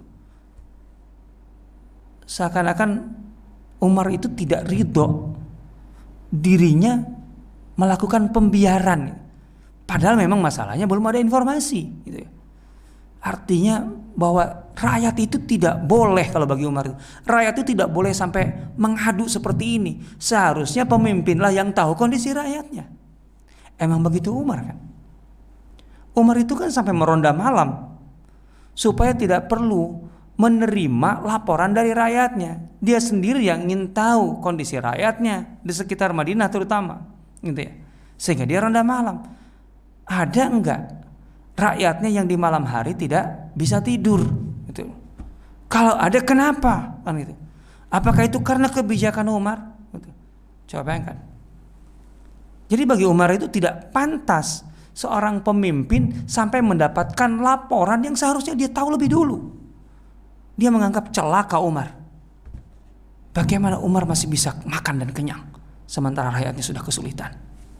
Seakan-akan Umar itu tidak ridho dirinya melakukan pembiaran, padahal memang masalahnya belum ada informasi gitu ya. Artinya bahwa rakyat itu tidak boleh, kalau bagi Umar itu, rakyat itu tidak boleh sampai mengadu seperti ini. Seharusnya pemimpinlah yang tahu kondisi rakyatnya. Emang begitu Umar kan? Umar itu kan sampai meronda malam supaya tidak perlu menerima laporan dari rakyatnya. Dia sendiri yang ingin tahu kondisi rakyatnya di sekitar Madinah terutama, gitu ya. Sehingga dia ronda malam. Ada enggak rakyatnya yang di malam hari tidak bisa tidur? Gitu. Kalau ada, kenapa? Kan gitu. Apakah itu karena kebijakan Umar? Gitu. Coba bayangkan. Jadi bagi Umar itu tidak pantas seorang pemimpin sampai mendapatkan laporan yang seharusnya dia tahu lebih dulu. Dia menganggap celaka Umar. Bagaimana Umar masih bisa makan dan kenyang sementara rakyatnya sudah kesulitan?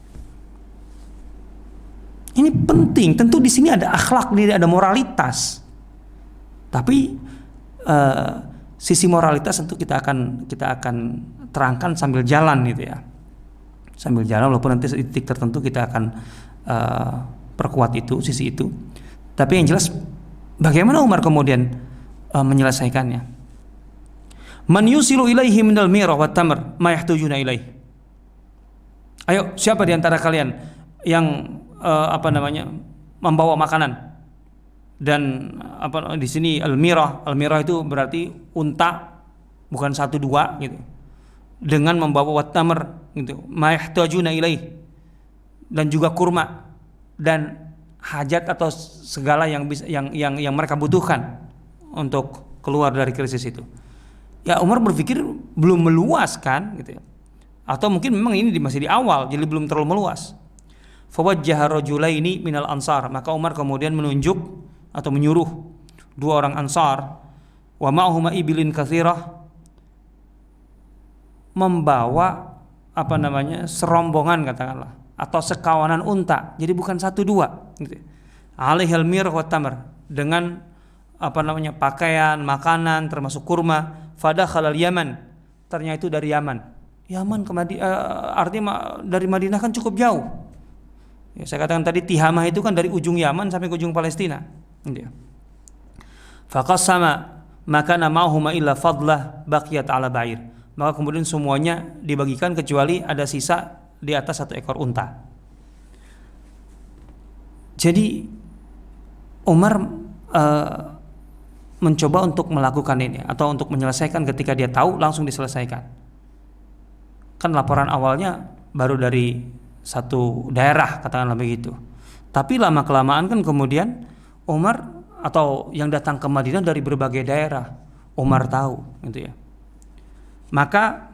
Ini penting. Tentu di sini ada akhlak, ada moralitas. Tapi uh, sisi moralitas tentu kita akan kita akan terangkan sambil jalan gitu ya. Sambil jalan, walaupun nanti di titik tertentu kita akan uh, perkuat itu, sisi itu. Tapi yang jelas bagaimana Umar kemudian Uh, menyelesaikannya. Man yusilu ilaihi minal mirah wat tamr ma yahtujuna ilaihi. Ayo, siapa di antara kalian yang uh, apa namanya membawa makanan? Dan apa di sini al-mirah, al-mirah itu berarti unta, bukan satu dua gitu. dengan membawa watamr gitu, ma yahtajuna ilaih, dan juga kurma dan hajat atau segala yang bisa yang yang yang mereka butuhkan untuk keluar dari krisis itu. Ya Umar berpikir belum meluas kan gitu ya. Atau mungkin memang ini masih di awal jadi belum terlalu meluas. Fawajjaha rajulaini minal ansar, maka Umar kemudian menunjuk atau menyuruh dua orang Ansar, wa ma'huma ibilin katsirah, membawa apa namanya serombongan katakanlah atau sekawanan unta, jadi bukan satu dua gitu. Alaihal mir wa tamr, dengan apa namanya pakaian, makanan termasuk kurma. Fadakhalal Yaman, ternyata itu dari Yaman. Yaman ke Madinah, uh, artinya dari Madinah kan cukup jauh. Ya, saya katakan tadi Tihamah itu kan dari ujung Yaman sampai ke ujung Palestina. Gitu. Faqassama makana ma'huma illa fadlah baqiyat ala ba'ir. Maka kemudian semuanya dibagikan kecuali ada sisa di atas satu ekor unta. Jadi Umar uh, mencoba untuk melakukan ini atau untuk menyelesaikan, ketika dia tahu langsung diselesaikan. Kan laporan awalnya baru dari satu daerah katakanlah begitu. Tapi lama kelamaan kan kemudian Umar atau yang datang ke Madinah dari berbagai daerah, Umar tahu gitu ya. Maka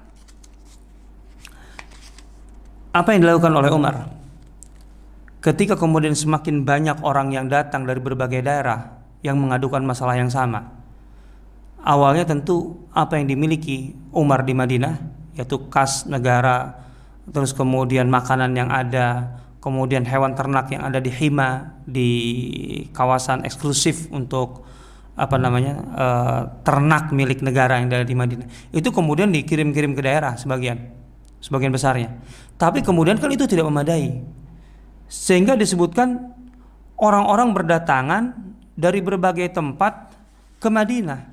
apa yang dilakukan oleh Umar ketika kemudian semakin banyak orang yang datang dari berbagai daerah yang mengadukan masalah yang sama? Awalnya tentu apa yang dimiliki Umar di Madinah, yaitu kas negara, terus kemudian makanan yang ada, kemudian hewan ternak yang ada di hima, di kawasan eksklusif untuk apa namanya uh, ternak milik negara yang ada di Madinah, itu kemudian dikirim-kirim ke daerah sebagian, sebagian besarnya. Tapi kemudian kan itu tidak memadai, sehingga disebutkan orang-orang berdatangan dari berbagai tempat ke Madinah.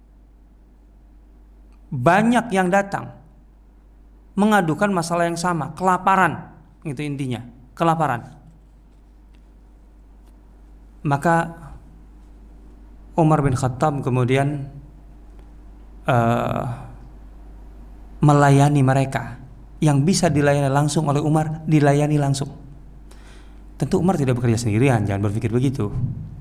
Banyak yang datang mengadukan masalah yang sama, kelaparan, itu intinya, kelaparan. Maka Umar bin Khattab kemudian uh, melayani mereka. Yang bisa dilayani langsung oleh Umar, dilayani langsung. Tentu Umar tidak bekerja sendirian, jangan berpikir begitu.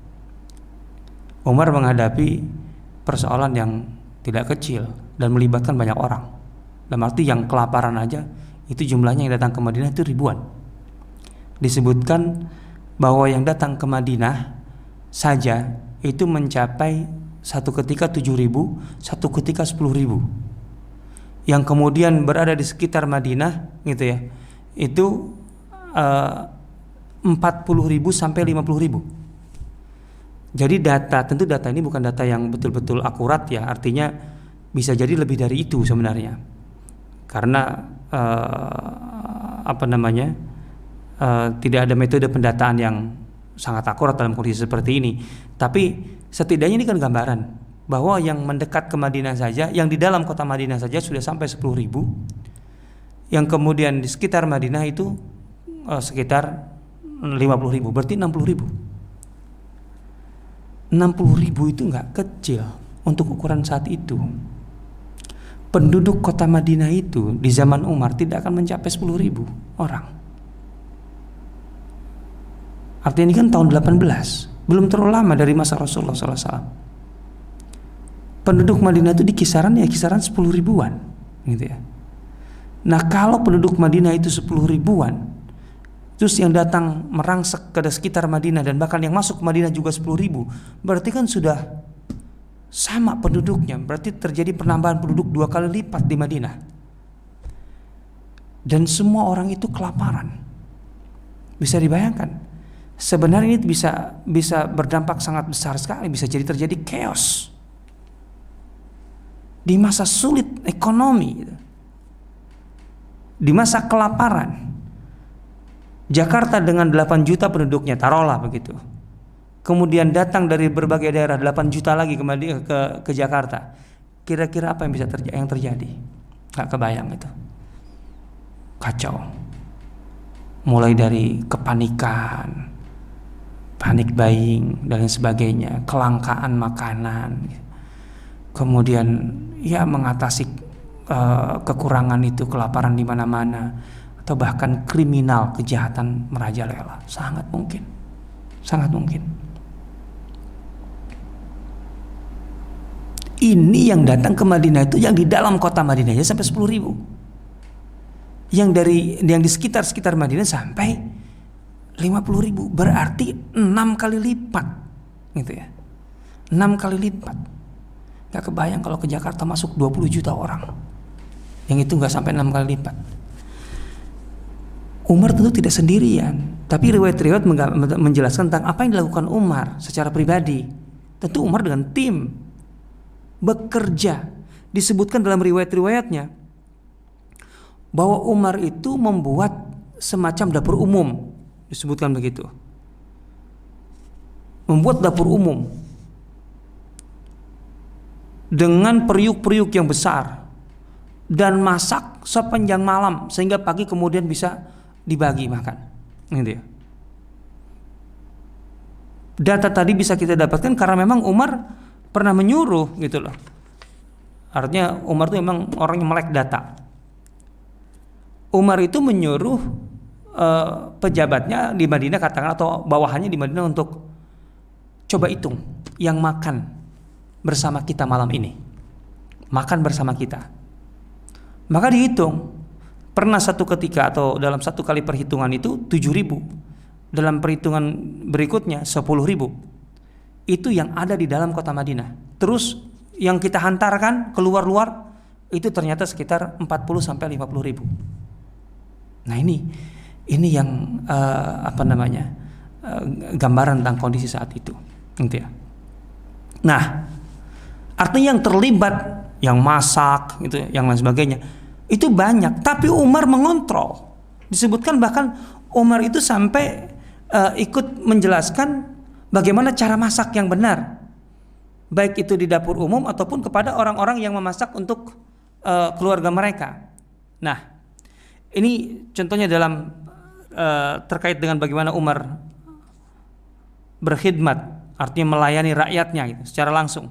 Umar menghadapi persoalan yang tidak kecil dan melibatkan banyak orang. Dalam arti yang kelaparan aja itu jumlahnya yang datang ke Madinah itu ribuan. Disebutkan bahwa yang datang ke Madinah saja itu mencapai satu ketika tujuh ribu, satu ketika sepuluh ribu. Yang kemudian berada di sekitar Madinah gitu ya, itu uh, empat puluh ribu sampai lima puluh ribu. Jadi data, tentu data ini bukan data yang betul-betul akurat ya, artinya bisa jadi lebih dari itu sebenarnya, karena uh, apa namanya uh, tidak ada metode pendataan yang sangat akurat dalam kondisi seperti ini. Tapi setidaknya ini kan gambaran bahwa yang mendekat ke Madinah saja, yang di dalam kota Madinah saja sudah sampai sepuluh ribu, yang kemudian di sekitar Madinah itu uh, sekitar lima puluh ribu, berarti enam puluh ribu. enam puluh ribu itu nggak kecil untuk ukuran saat itu. Penduduk kota Madinah itu di zaman Umar tidak akan mencapai sepuluh ribu orang. Artinya ini kan tahun delapan belas, belum terlalu lama dari masa Rasulullah shallallahu alaihi wasallam. Penduduk Madinah itu di kisaran ya kisaran sepuluh ribuan gitu ya. Nah kalau penduduk Madinah itu sepuluh ribuan, terus yang datang merangsek ke sekitar Madinah dan bahkan yang masuk ke Madinah juga sepuluh ribu, berarti kan sudah sama penduduknya. Berarti terjadi penambahan penduduk dua kali lipat di Madinah. Dan semua orang itu kelaparan. Bisa dibayangkan. Sebenarnya ini bisa bisa berdampak sangat besar sekali, bisa jadi terjadi chaos di masa sulit ekonomi, di masa kelaparan. Jakarta dengan delapan juta penduduknya, taruhlah begitu. Kemudian datang dari berbagai daerah delapan juta lagi ke ke, ke Jakarta. Kira-kira apa yang bisa terjadi? Yang terjadi? Gak kebayang itu. Kacau. Mulai dari kepanikan, panik buying dan lain sebagainya, kelangkaan makanan. Kemudian ya mengatasi uh, kekurangan itu, kelaparan di mana-mana, atau bahkan kriminal, kejahatan merajalela. Sangat mungkin, sangat mungkin. Ini yang datang ke Madinah itu yang di dalam kota Madinah aja sampai sepuluh ribu. Yang dari yang di sekitar-sekitar Madinah sampai lima puluh ribu. Berarti enam kali lipat, gitu ya. enam kali lipat. Gak kebayang kalau ke Jakarta masuk dua puluh juta orang. Yang itu gak sampai enam kali lipat. Umar tentu tidak sendirian, tapi riwayat-riwayat menjelaskan tentang apa yang dilakukan Umar secara pribadi. Tentu Umar dengan tim bekerja. Disebutkan dalam riwayat-riwayatnya bahwa Umar itu membuat semacam dapur umum. Disebutkan begitu. Membuat dapur umum dengan periuk-periuk yang besar dan masak sepanjang malam sehingga pagi kemudian bisa dibagi makan, gitu ya. Data tadi bisa kita dapatkan karena memang Umar pernah menyuruh, gitu loh. Artinya Umar itu memang orang yang melek data. Umar itu menyuruh uh, pejabatnya di Madinah, katakan, atau bawahannya di Madinah untuk coba hitung yang makan bersama kita malam ini, makan bersama kita. Maka dihitung. Pernah satu ketika atau dalam satu kali perhitungan itu tujuh ribu. Dalam perhitungan berikutnya sepuluh ribu. Itu yang ada di dalam kota Madinah. Terus yang kita hantarkan keluar-luar itu ternyata sekitar empat puluh sampai lima puluh ribu. Nah ini ini yang uh, apa namanya uh, gambaran tentang kondisi saat itu, gitu ya. Nah, artinya yang terlibat, yang masak, gitu, yang lain sebagainya, itu banyak. Tapi Umar mengontrol. Disebutkan bahkan Umar itu sampai uh, ikut menjelaskan bagaimana cara masak yang benar, baik itu di dapur umum ataupun kepada orang-orang yang memasak untuk uh, keluarga mereka. Nah, ini contohnya dalam uh, terkait dengan bagaimana Umar berkhidmat, artinya melayani rakyatnya gitu, secara langsung.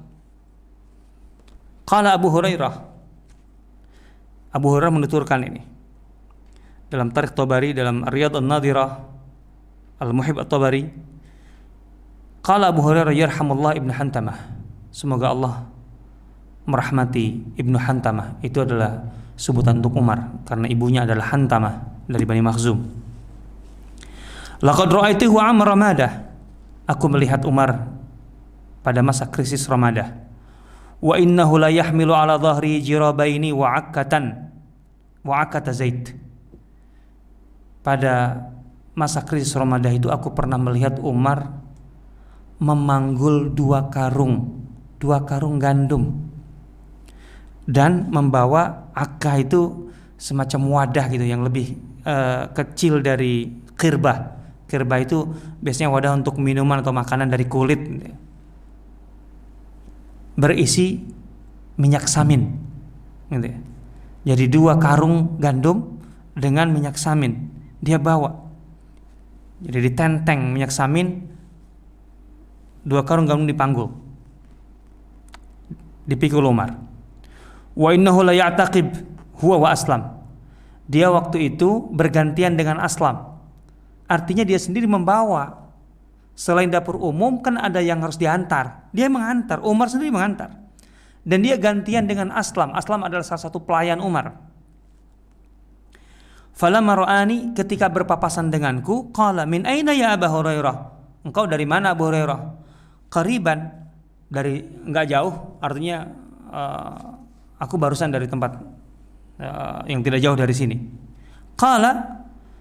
Qala Abu Hurairah, Abu Hurairah menuturkan ini dalam Tarikh Tabari, dalam Riyadh An-Nadhirah, Al-Muhib At-Tabari. Qala Abu Hurairah yarhamullah Ibnu Hantamah, semoga Allah merahmati Ibnu Hantamah. Itu adalah sebutan untuk Umar karena ibunya adalah Hantamah dari Bani Makhzum. Laqad ra'aituhu 'am Ramadah, aku melihat Umar pada masa krisis Ramadah. Wa innahu la yahmilu 'ala dhahri jirabaini wa 'akkatan wa 'akkata zait. Pada masa krisis Ramadah itu aku pernah melihat Umar memanggul dua karung, dua karung gandum dan membawa akka, itu semacam wadah gitu yang lebih uh, kecil dari qirbah. Qirbah itu biasanya wadah untuk minuman atau makanan dari kulit, berisi minyak samin, gitu ya. Jadi dua karung gandum dengan minyak samin dia bawa. Jadi ditenteng minyak samin, dua karung gandum dipanggul, dipikul Umar. Wa innahu la ya'taqib huwa wa Aslam. Dia waktu itu bergantian dengan Aslam. Artinya dia sendiri membawa. Selain dapur umum kan ada yang harus diantar. Dia mengantar, Umar sendiri mengantar. Dan dia gantian dengan Aslam. Aslam adalah salah satu pelayan Umar. Falamma ra'ani, ketika berpapasan denganku, qala min aina ya Abu Hurairah? Engkau dari mana Abu Hurairah? Qariban, dari enggak jauh, artinya uh, aku barusan dari tempat uh, yang tidak jauh dari sini. Qala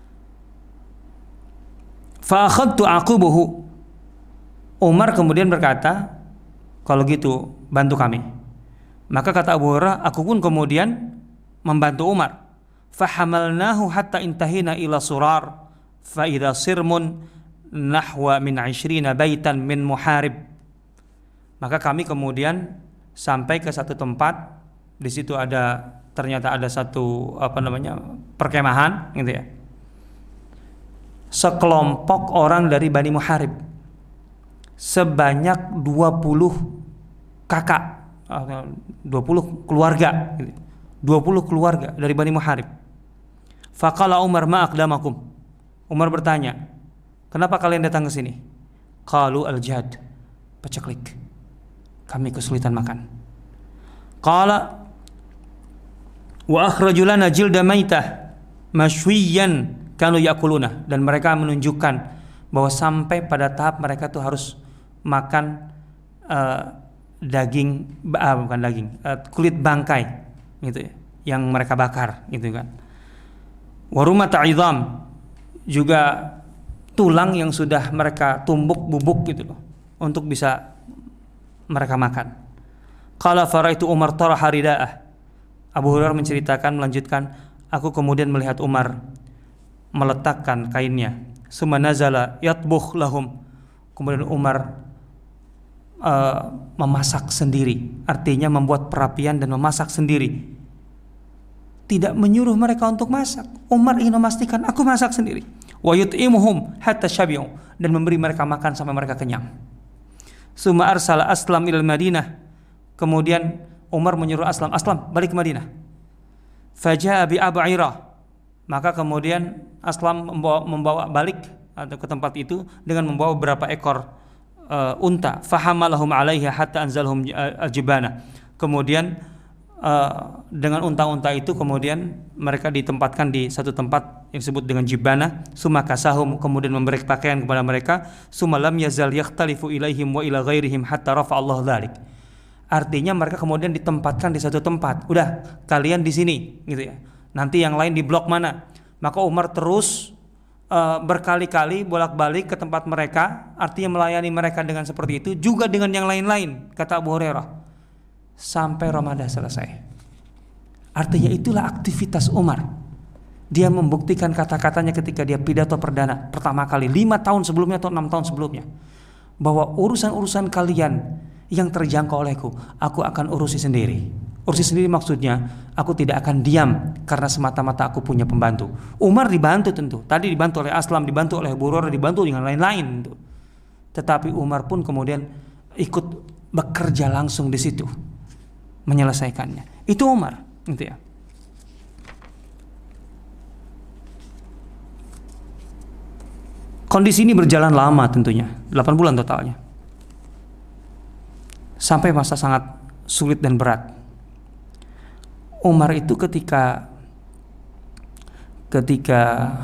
fa akhadtu aqubuhu. Umar kemudian berkata, kalau gitu bantu kami. Maka kata Abu Hurairah, aku pun kemudian membantu Umar. Fahamalnahu hatta intahina ila surar fa idza sirmun nahwa min ishrina baitan min muharib. Maka kami kemudian sampai ke satu tempat. Di situ ada, ternyata ada satu apa namanya perkemahan, gitu ya. Sekelompok orang dari Bani Muharib, sebanyak dua puluh kakak, dua puluh keluarga, gitu. dua puluh keluarga dari Bani Muharib. Faqala Umar ma aqdamakum. Umar bertanya, kenapa kalian datang ke sini? Qalu al-jihad. Paceklik. Kami kesulitan makan. Qala wa akhraju lana jilda maitah mashwiyan kanu yakuluna, dan mereka menunjukkan bahwa sampai pada tahap mereka tuh harus makan uh, daging ah, bukan daging, uh, kulit bangkai gitu ya, yang mereka bakar gitu kan. Waruma ta'idham, juga tulang yang sudah mereka tumbuk bubuk gitu loh untuk bisa mereka makan. Qala faraitu Umar taraha ridaah. Abu Hurairah menceritakan, melanjutkan, aku kemudian melihat Umar meletakkan kainnya. Summa nazala yatbukh lahum. Kemudian Umar uh, memasak sendiri, artinya membuat perapian dan memasak sendiri. Tidak menyuruh mereka untuk masak. Umar ingin memastikan, aku masak sendiri. Wa yut'imuhum hatta syabi'u, dan memberi mereka makan sampai mereka kenyang. Summa arsala Aslam ilal Madinah. Kemudian Umar menyuruh Aslam, Aslam balik ke Madinah. Faja'a bi ab'irah. Maka kemudian Aslam membawa, membawa balik atau ke tempat itu dengan membawa beberapa ekor uh, unta. Fahamalahum 'alaiha hatta anzalhum al-jibana. Kemudian Uh, dengan unta-unta itu kemudian mereka ditempatkan di satu tempat yang disebut dengan jibana. Summa kasahum, kemudian memberi pakaian kepada mereka. Summa lam yazal yakhtalifu ilaihim wa ila ghairihim hatta rafa Allah dzalik. Artinya mereka kemudian ditempatkan di satu tempat. Udah, kalian di sini gitu ya. Nanti yang lain di blok mana? Maka Umar terus uh, berkali-kali bolak-balik ke tempat mereka, artinya melayani mereka dengan seperti itu, juga dengan yang lain-lain, kata Abu Hurairah. Sampai Ramadan selesai. Artinya itulah aktivitas Umar. Dia membuktikan kata-katanya ketika dia pidato perdana pertama kali lima tahun sebelumnya atau enam tahun sebelumnya, bahwa urusan-urusan kalian yang terjangkau olehku, aku akan urusi sendiri. Urusi sendiri maksudnya aku tidak akan diam karena semata-mata aku punya pembantu. Umar dibantu tentu. Tadi dibantu oleh Aslam, dibantu oleh Abu Hurairah, dibantu dengan lain-lain tentu. Tetapi Umar pun kemudian ikut bekerja langsung di situ, menyelesaikannya. Itu Umar, gitu ya. Kondisi ini berjalan lama tentunya, delapan bulan totalnya. Sampai masa sangat sulit dan berat. Umar itu ketika ketika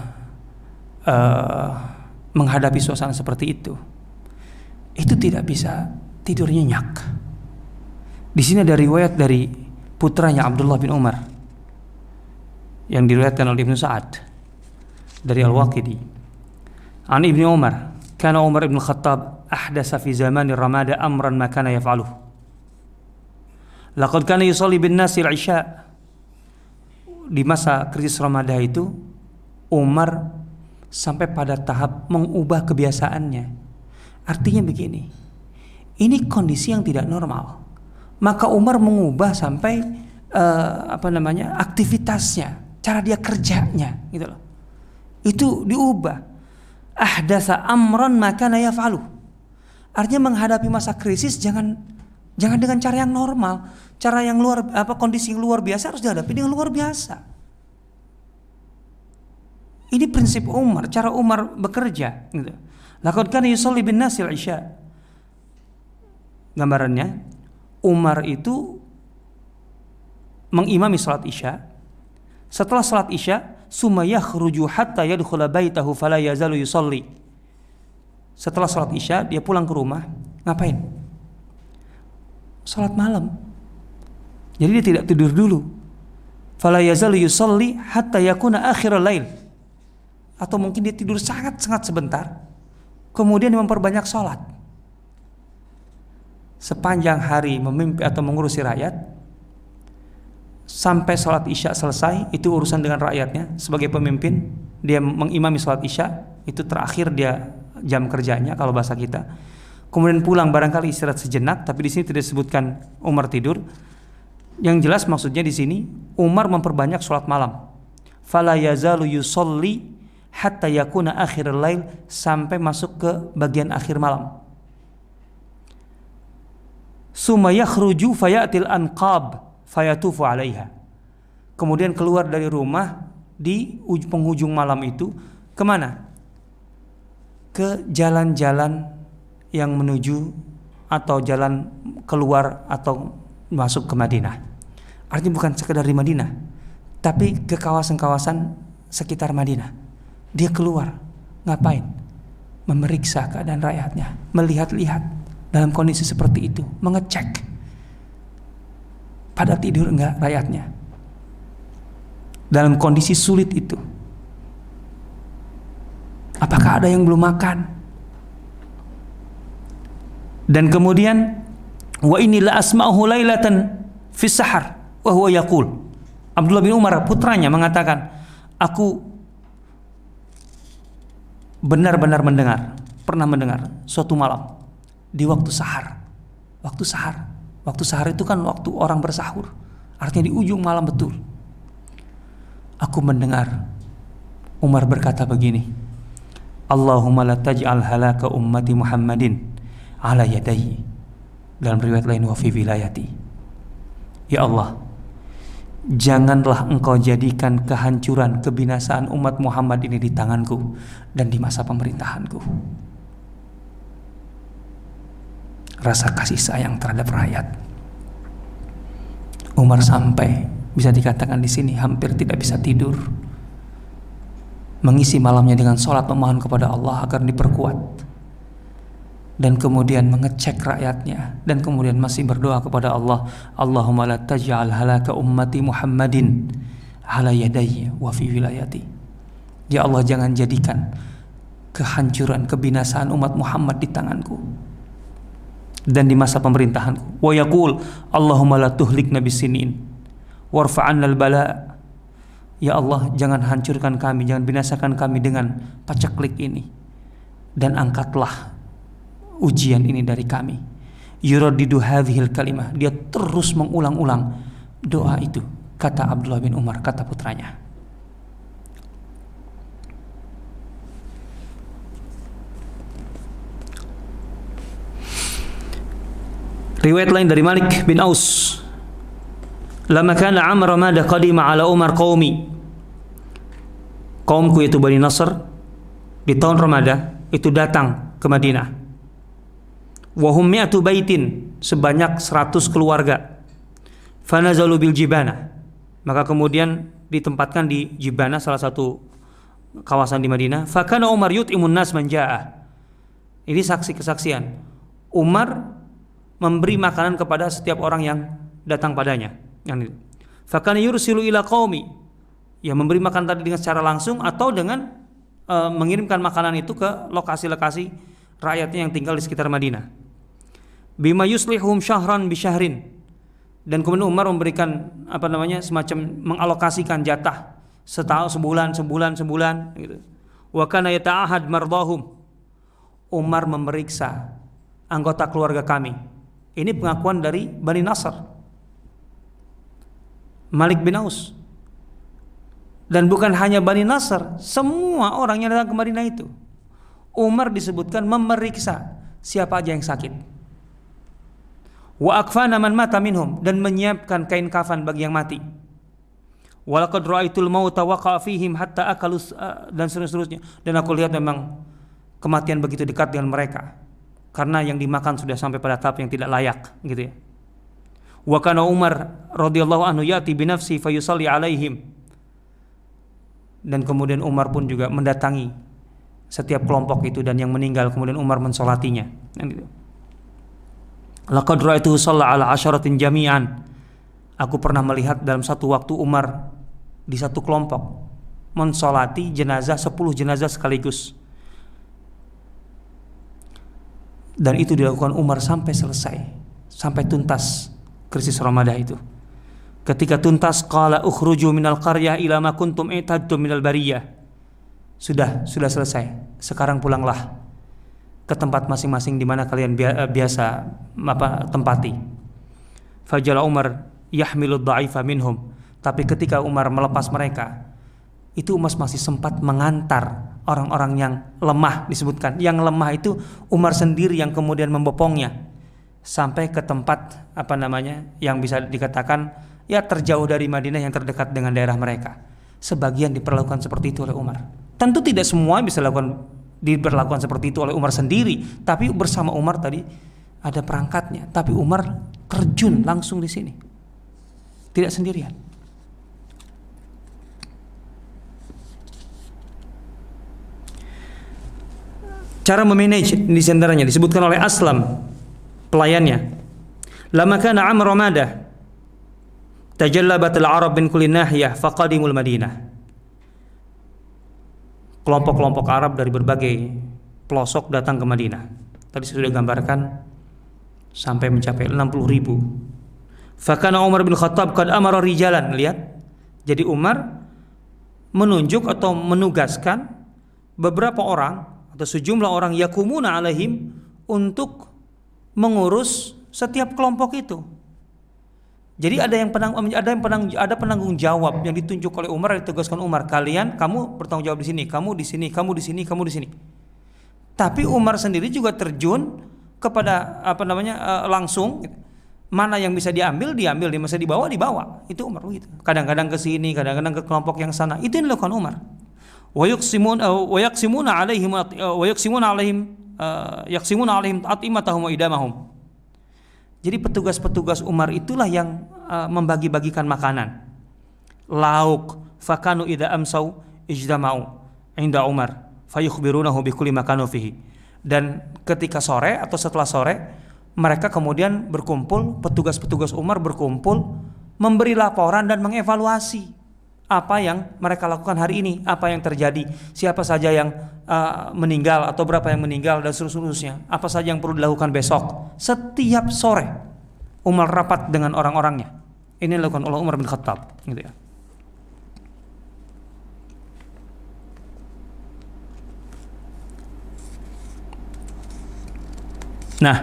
uh, menghadapi suasana seperti itu, itu tidak bisa tidur nyenyak. Di sini ada riwayat dari putranya Abdullah bin Umar yang diriwayatkan oleh Ibnu Sa'ad dari Al-Waqidi. An Ibnu Umar, kana Umar ibn Khattab ahdasa fi zamani Ramada amran ma kana yaf'aluh. Laqad kana yusalli bin nasi al-isya. Di masa krisis Ramadan itu Umar sampai pada tahap mengubah kebiasaannya. Artinya begini, ini kondisi yang tidak normal. Maka Umar mengubah sampai uh, apa namanya aktivitasnya, cara dia kerjanya, gitu loh. Itu diubah. Ahdatsa amran maka kana yaf'alu. Artinya menghadapi masa krisis jangan jangan dengan cara yang normal, cara yang luar apa kondisi yang luar biasa harus dihadapi dengan luar biasa. Ini prinsip Umar, cara Umar bekerja, gitu. Laqad kana yusalli bin nasi al-isya. Gambarannya Umar itu mengimami salat Isya. Setelah salat Isya, summa yakhruju hatta yadkhula baitahu fala yazalu yusalli. Setelah salat Isya, dia pulang ke rumah, ngapain? Salat malam. Jadi dia tidak tidur dulu. Fala yazalu yusalli hatta yakuna akhirul lail. Atau mungkin dia tidur sangat-sangat sebentar, kemudian memperbanyak salat. Sepanjang hari memimpin atau mengurusi rakyat, sampai sholat Isya selesai, itu urusan dengan rakyatnya. Sebagai pemimpin, dia mengimami sholat Isya, itu terakhir dia jam kerjanya kalau bahasa kita. Kemudian pulang barangkali istirahat sejenak, tapi di sini tidak disebutkan Umar tidur. Yang jelas maksudnya di sini Umar memperbanyak sholat malam. Fala yazalu yusolli hatta yakuna akhirul lail, sampai masuk ke bagian akhir malam. Summa yakhruju fayatil anqab fayatufu 'alaiha. kemudian keluar dari rumah di uj- penghujung malam itu kemana? Ke jalan-jalan yang menuju atau jalan keluar atau masuk ke Madinah. Artinya bukan sekedar di Madinah, tapi ke kawasan-kawasan sekitar Madinah. Dia keluar, ngapain? Memeriksa keadaan rakyatnya, melihat-lihat dalam kondisi seperti itu, mengecek pada tidur enggak rakyatnya dalam kondisi sulit itu. Apakah ada yang belum makan? Dan kemudian wa inilah asma'uhu lailatan fi sahar wa huwa yaqul. Abdullah bin Umar putranya mengatakan, aku benar-benar mendengar, pernah mendengar suatu malam di waktu sahar. Waktu sahar. Waktu sahar itu kan waktu orang bersahur. Artinya di ujung malam betul. Aku mendengar Umar berkata begini, Allahumma la taj'al halaka ummati Muhammadin ala yadayhi. Dalam riwayat lain wa fi wilayati. Ya Allah, janganlah engkau jadikan kehancuran, kebinasaan umat Muhammad ini di tanganku dan di masa pemerintahanku. Rasa kasih sayang terhadap rakyat. Umar sampai bisa dikatakan di sini hampir tidak bisa tidur, mengisi malamnya dengan sholat memohon kepada Allah agar diperkuat, dan kemudian mengecek rakyatnya, dan kemudian masih berdoa kepada Allah, Allahumma la taj'al halaka ummati Muhammadin ala yadayya wa fi wilayati. Ya Allah, jangan jadikan kehancuran, kebinasaan umat Muhammad di tanganku dan di masa pemerintahanku. Wa yaqul Allahumma la tuhlikna bisinin warfa'anna al-bala. Ya Allah, jangan hancurkan kami, jangan binasakan kami dengan paceklik ini, dan angkatlah ujian ini dari kami. Yuraddidu hadhil kalimah. Dia terus mengulang-ulang doa itu, kata Abdullah bin Umar, kata putranya. Riwayat lain dari Malik bin Aus, lama kana Amr Ramada qadima ala Umar qaumi. Kaumku yaitu Bani Nasr di tahun Ramadah itu datang ke Madinah. Wa hum mi'atu baitin, sebanyak seratus keluarga. Fanazalu bil Jibana. Maka kemudian ditempatkan di Jibana, salah satu kawasan di Madinah. Fa kana Umar yut'imun nas man jaa'a. Ini saksi kesaksian. Umar memberi makanan kepada setiap orang yang datang padanya. Yang itu. Fakana yursilu ila qaumi, ya memberi makan tadi dengan secara langsung atau dengan e, mengirimkan makanan itu ke lokasi-lokasi rakyatnya yang tinggal di sekitar Madinah. Bima yuslihum syahran bi syahrin. Dan kemudian Umar memberikan apa namanya semacam mengalokasikan jatah setahun, sebulan, sebulan, sebulan gitu. Wa kana yata'ahad mardahum. Umar memeriksa anggota keluarga kami. Ini pengakuan dari Bani Nasr, Malik bin Aus. Dan bukan hanya Bani Nasr, semua orang yang datang ke Madinah itu, Umar disebutkan memeriksa siapa aja yang sakit. Wa akfana man mata minhum, dan menyiapkan kain kafan bagi yang mati. Wa laqad ra'aitul mauta waqa'a fihim hatta akalus, dan seterusnya. Dan aku lihat memang kematian begitu dekat dengan mereka, karena yang dimakan sudah sampai pada tahap yang tidak layak, gitu ya. Wa kana Umar radhiyallahu anhu yati bi nafsi fayusalli alaihim. Dan kemudian Umar pun juga mendatangi setiap kelompok itu, dan yang meninggal kemudian Umar mensolatinya. Gitu. Laqad ra'aituhu shalla ala asyaratin jami'an. Aku pernah melihat dalam satu waktu Umar di satu kelompok mensolati jenazah, sepuluh jenazah sekaligus. Dan itu dilakukan Umar sampai selesai, sampai tuntas krisis Ramadah itu. Ketika tuntas, qala ukhruju minal qaryah ila ma kuntum i'tadtum minal bariyah. Sudah, sudah selesai. Sekarang pulanglah ke tempat masing-masing di mana kalian biasa apa tempati. Fajala Umar yahmilud dha'ifa minhum. Tapi ketika Umar melepas mereka, itu Umar masih sempat mengantar orang-orang yang lemah, disebutkan. Yang lemah itu Umar sendiri yang kemudian membopongnya sampai ke tempat apa namanya yang bisa dikatakan ya terjauh dari Madinah yang terdekat dengan daerah mereka. Sebagian diperlakukan seperti itu oleh Umar. Tentu tidak semua bisa lakukan diberlakukan seperti itu oleh Umar sendiri, tapi bersama Umar tadi ada perangkatnya. Tapi Umar terjun langsung di sini, tidak sendirian. Cara memanage di antaranya disebutkan oleh Aslam, pelayannya. Lama kana Amr Ramadah tajallabat al-Arab min kulli nahiyah faqadimul Madinah. Kelompok-kelompok Arab dari berbagai pelosok datang ke Madinah. Tadi saya sudah gambarkan sampai mencapai enam puluh ribu. Fakana Umar bin Khattab qad amara rijalan. Lihat. Jadi Umar menunjuk atau menugaskan beberapa orang atau sejumlah orang yakumuna alaihim untuk mengurus setiap kelompok itu. Jadi ada yang penang, ada yang penang, ada penanggung jawab yang ditunjuk oleh Umar, ditugaskan Umar. Kalian, kamu bertanggung jawab di sini, kamu di sini, kamu di sini, kamu di sini. Tapi Umar sendiri juga terjun kepada apa namanya langsung. Mana yang bisa diambil, diambil, yang bisa dibawa, dibawa. Itu Umar begitu. Kadang-kadang ke sini, kadang-kadang ke kelompok yang sana. Itu yang dilakukan Umar. Wa yuqsimun wa yaqsimuna alaihim wa yaqsimuna alaihim yaqsimuna alaihim at'imatahum wa idamahum. Jadi petugas-petugas Umar itulah yang uh, membagi-bagikan makanan, lauk. Fakanu idza amsau ijtama'u inda Umar fayukhbirunahu bikulli makanu fihi. Dan ketika sore atau setelah sore, mereka kemudian berkumpul, petugas-petugas Umar berkumpul, memberi laporan dan mengevaluasi apa yang mereka lakukan hari ini, apa yang terjadi, siapa saja yang uh, meninggal atau berapa yang meninggal dan seterusnya, apa saja yang perlu dilakukan besok. Setiap sore Umar rapat dengan orang-orangnya. Ini dilakukan oleh Umar bin Khattab, gitu ya. Nah,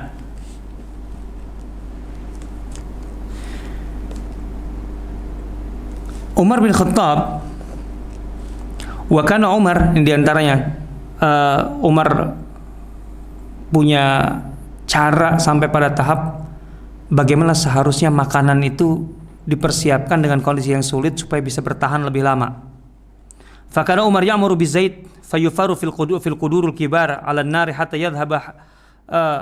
Umar bin Khattab, wa kana Umar, di antaranya uh, Umar punya cara sampai pada tahap bagaimana seharusnya makanan itu dipersiapkan dengan kondisi yang sulit supaya bisa bertahan lebih lama. Fa kana Umar ya'muru bizait fayufaru fil qudur fil qudurul kibar 'ala an-nar hatta yadhhaba uh,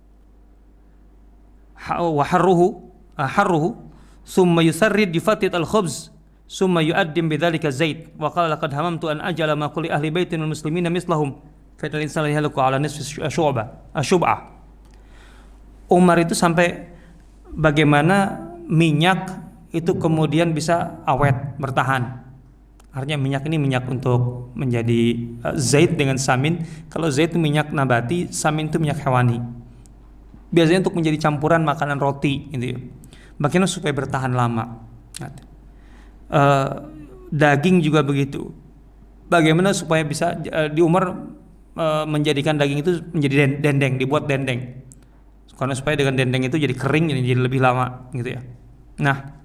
wa harruhu harruhu thumma yusarrid bifatit al-khubz summa yu'addim bidzalika zait wa qala laqad hamamtu an ajala ma kulli ahli baitin wal muslimina mislahum fa inal insana yahlaku ala nisfi syu'bah asyub'ah. Umar itu sampai bagaimana minyak itu kemudian bisa awet, bertahan. Artinya minyak ini minyak untuk menjadi uh, zait dengan samin. Kalau zait itu minyak nabati, samin itu minyak hewani. Biasanya untuk menjadi campuran makanan roti gitu ya. Bagaimana supaya bertahan lama. Uh, daging juga begitu. Bagaimana supaya bisa uh, di Umar uh, menjadikan daging itu menjadi dendeng, dibuat dendeng. Karena supaya dengan dendeng itu jadi kering, jadi lebih lama, gitu ya. Nah,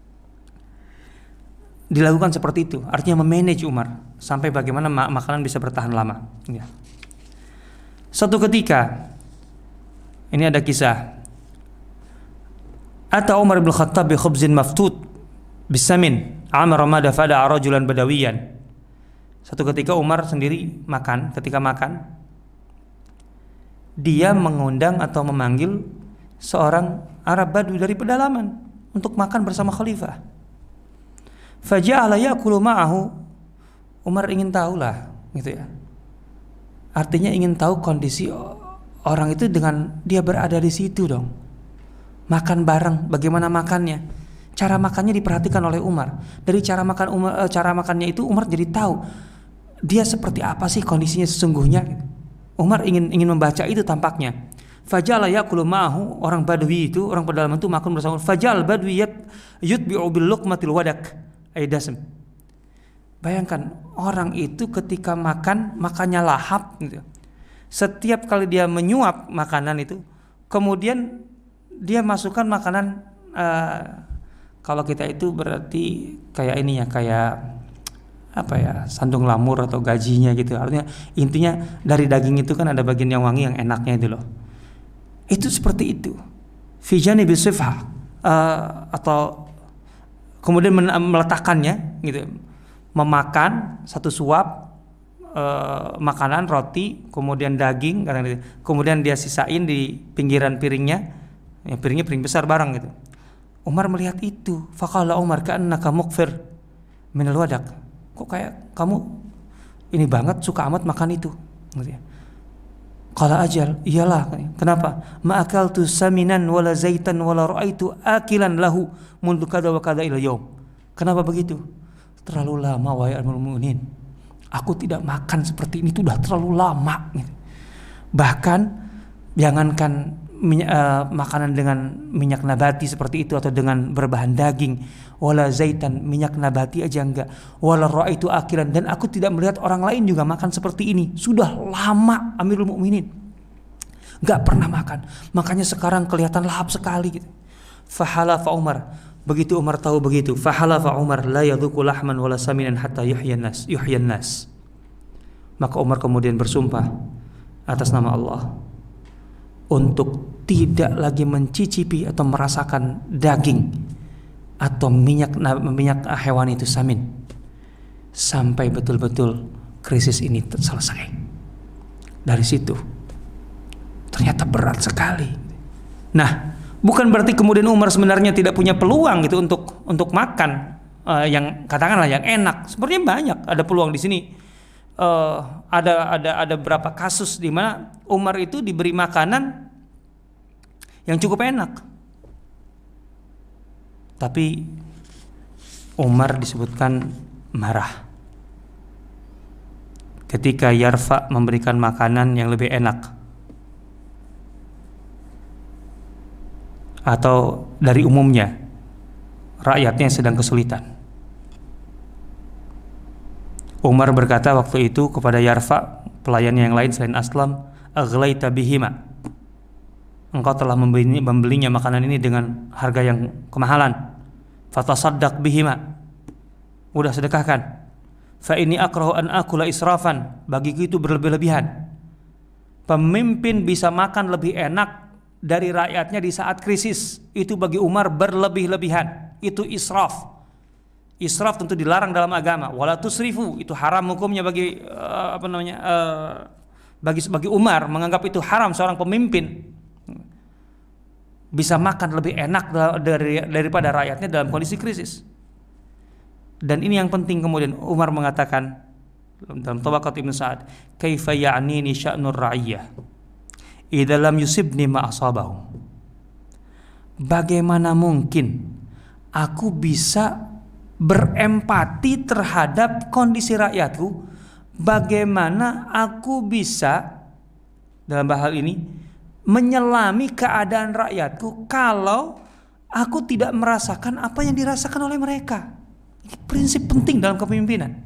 dilakukan seperti itu. Artinya memanage Umar sampai bagaimana mak- makanan bisa bertahan lama. Ya. Suatu ketika, ini ada kisah. Ata Umar bin Khattab bi khubzin maftut bisamin amar ramada fada'a rajulan badawiyan. Satu ketika Umar sendiri makan, ketika makan dia mengundang atau memanggil seorang Arab Badui dari pedalaman untuk makan bersama khalifah. Faja'ala ya'kulu ma'ahu. Umar ingin tahulah, gitu ya. Artinya ingin tahu kondisi orang itu dengan dia berada di situ dong. Makan bareng, bagaimana makannya? Cara makannya diperhatikan oleh Umar. Dari cara makan Umar, cara makannya itu Umar jadi tahu dia seperti apa sih kondisinya sesungguhnya. Umar ingin ingin membaca itu tampaknya. Fajala yaqulu ma'ahu, orang Badui itu, orang pedalaman itu makan bersama. Fajal Badui yutbi'u bil luqmatil wadak aidasm. Bayangkan orang itu ketika makan makannya lahap gitu. Setiap kali dia menyuap makanan itu, kemudian dia masukkan makanan uh, kalau kita itu berarti kayak ini ya, kayak apa ya, sandung lamur atau gajinya gitu. Artinya intinya dari daging itu kan ada bagian yang wangi, yang enaknya itu loh. Itu seperti itu. Fi janibi sifha uh, atau kemudian meletakkannya gitu, memakan satu suap uh, makanan roti, kemudian daging, kemudian dia sisain di pinggiran piringnya, ya, piringnya piring besar barang gitu. Umar melihat itu, faqala Umar ka'annaka muqfir minal wadak. Kok kayak kamu ini banget suka amat makan itu gitu ya. Qala ajal, iyalah. Kenapa? Ma'akaltu saminan wala zaitan wala ra'aitu akilan lahu mundu kada wa kada ila yaum. Kenapa begitu? Terlalu lama wahai al mu'minin. Aku tidak makan seperti ini, itu sudah terlalu lama. Bahkan jangankan minyak, uh, makanan dengan minyak nabati seperti itu atau dengan berbahan daging, wala zaitan, minyak nabati aja enggak, wala ra'aitu akilan, dan aku tidak melihat orang lain juga makan seperti ini. Sudah lama Amirul Mukminin enggak pernah makan, makanya sekarang kelihatan lahap sekali gitu. Fahalafa Umar, begitu Umar tahu begitu, fahalafa Umar la yadhuku lahman wala saminan hatta yuhyan nas yuhyan nas. Maka Umar kemudian bersumpah atas nama Allah untuk tidak lagi mencicipi atau merasakan daging atau minyak minyak hewan itu samin sampai betul-betul krisis ini selesai. Dari situ ternyata berat sekali. Nah, bukan berarti kemudian Umar sebenarnya tidak punya peluang gitu untuk untuk makan uh, yang katakanlah yang enak. Sebenarnya banyak ada peluang di sini. Uh, ada ada ada beberapa kasus di mana Umar itu diberi makanan yang cukup enak, tapi Umar disebutkan marah ketika Yarfa memberikan makanan yang lebih enak atau dari umumnya rakyatnya yang sedang kesulitan. Umar berkata waktu itu kepada Yarfa, pelayannya yang lain selain Aslam, aghlaita bihima, engkau telah membeli, membelinya makanan ini dengan harga yang kemahalan. Fatasaddaq bihima, udah sedekahkan. Fa ini akrahu an akula israfan, bagiku itu berlebih-lebihan. Pemimpin bisa makan lebih enak dari rakyatnya di saat krisis, itu bagi Umar berlebih-lebihan, itu israf. Israf tentu dilarang dalam agama. Wala tusrifu, itu haram hukumnya bagi uh, apa namanya uh, bagi bagi Umar menganggap itu haram. Seorang pemimpin bisa makan lebih enak dari, daripada rakyatnya dalam kondisi krisis. Dan ini yang penting, kemudian Umar mengatakan dalam Tabaqat Ibnu Sa'ad, kaifa ya'nini sya'nur ra'iyah idza lam yusibni ma asabahum. Bagaimana mungkin aku bisa berempati terhadap kondisi rakyatku? Bagaimana aku bisa dalam hal ini menyelami keadaan rakyatku kalau aku tidak merasakan apa yang dirasakan oleh mereka? Ini prinsip penting dalam kepemimpinan.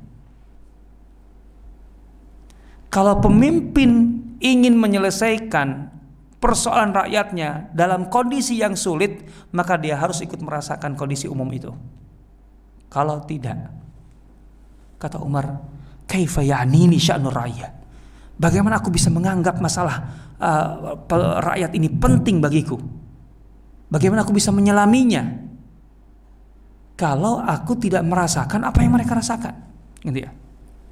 Kalau pemimpin ingin menyelesaikan persoalan rakyatnya dalam kondisi yang sulit, maka dia harus ikut merasakan kondisi umum itu. Kalau tidak, kata Umar, kaifa ya'nini sya'nur ra'iyah, bagaimana aku bisa menganggap masalah uh, rakyat ini penting bagiku? Bagaimana aku bisa menyelaminya kalau aku tidak merasakan apa yang mereka rasakan? Gitu ya.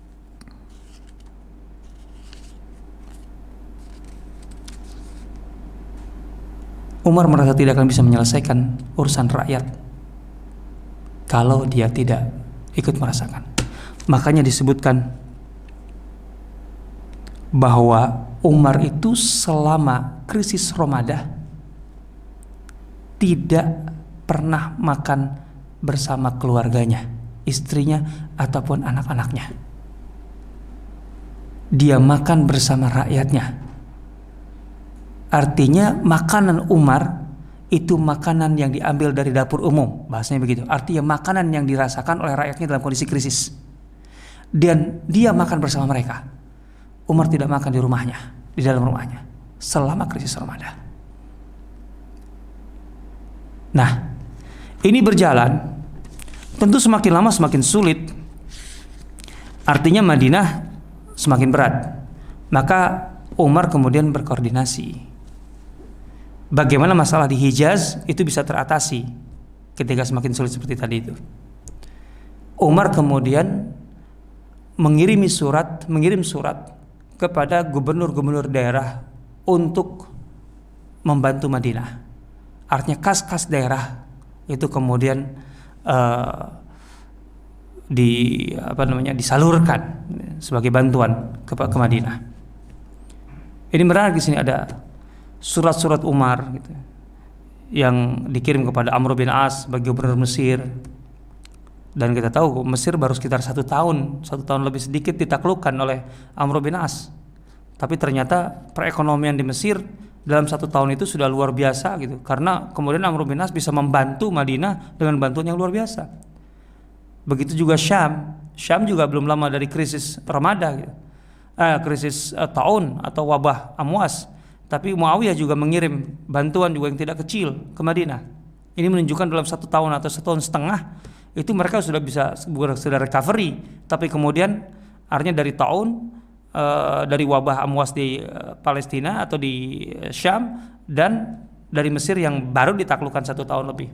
Umar merasa tidak akan bisa menyelesaikan urusan rakyat kalau dia tidak ikut merasakan. Makanya disebutkan bahwa Umar itu selama krisis Ramadah tidak pernah makan bersama keluarganya, istrinya ataupun anak-anaknya. Dia makan bersama rakyatnya. Artinya makanan Umar itu makanan yang diambil dari dapur umum, bahasanya begitu. Artinya makanan yang dirasakan oleh rakyatnya dalam kondisi krisis, dan dia makan bersama mereka. Umar tidak makan di rumahnya, di dalam rumahnya selama krisis Ramadan. Nah, ini berjalan, tentu semakin lama semakin sulit. Artinya Madinah semakin berat. Maka Umar kemudian berkoordinasi bagaimana masalah di Hijaz itu bisa teratasi. ketika semakin sulit seperti tadi itu. Umar kemudian mengirimi surat, mengirim surat kepada gubernur-gubernur daerah untuk membantu Madinah. Artinya kas-kas daerah itu kemudian uh, di apa namanya disalurkan sebagai bantuan ke, ke Madinah. Ini menarik, di sini ada surat-surat Umar gitu, yang dikirim kepada Amr bin As sebagai gubernur Mesir. Dan kita tahu Mesir baru sekitar satu tahun, satu tahun lebih sedikit ditaklukkan oleh Amr bin As. Tapi ternyata perekonomian di Mesir dalam satu tahun itu sudah luar biasa gitu. Karena kemudian Amr bin As bisa membantu Madinah dengan bantuan yang luar biasa. Begitu juga Syam. Syam juga belum lama dari krisis Ramadan gitu. Eh, krisis eh, Taun atau wabah Amwas. Tapi Muawiyah juga mengirim bantuan juga yang tidak kecil ke Madinah. Ini menunjukkan dalam satu tahun atau satu tahun setengah itu mereka sudah bisa, bukan sudah recovery, tapi kemudian artinya dari tahun e, dari wabah Amwas di e, Palestina atau di e, Syam, dan dari Mesir yang baru ditaklukkan satu tahun lebih.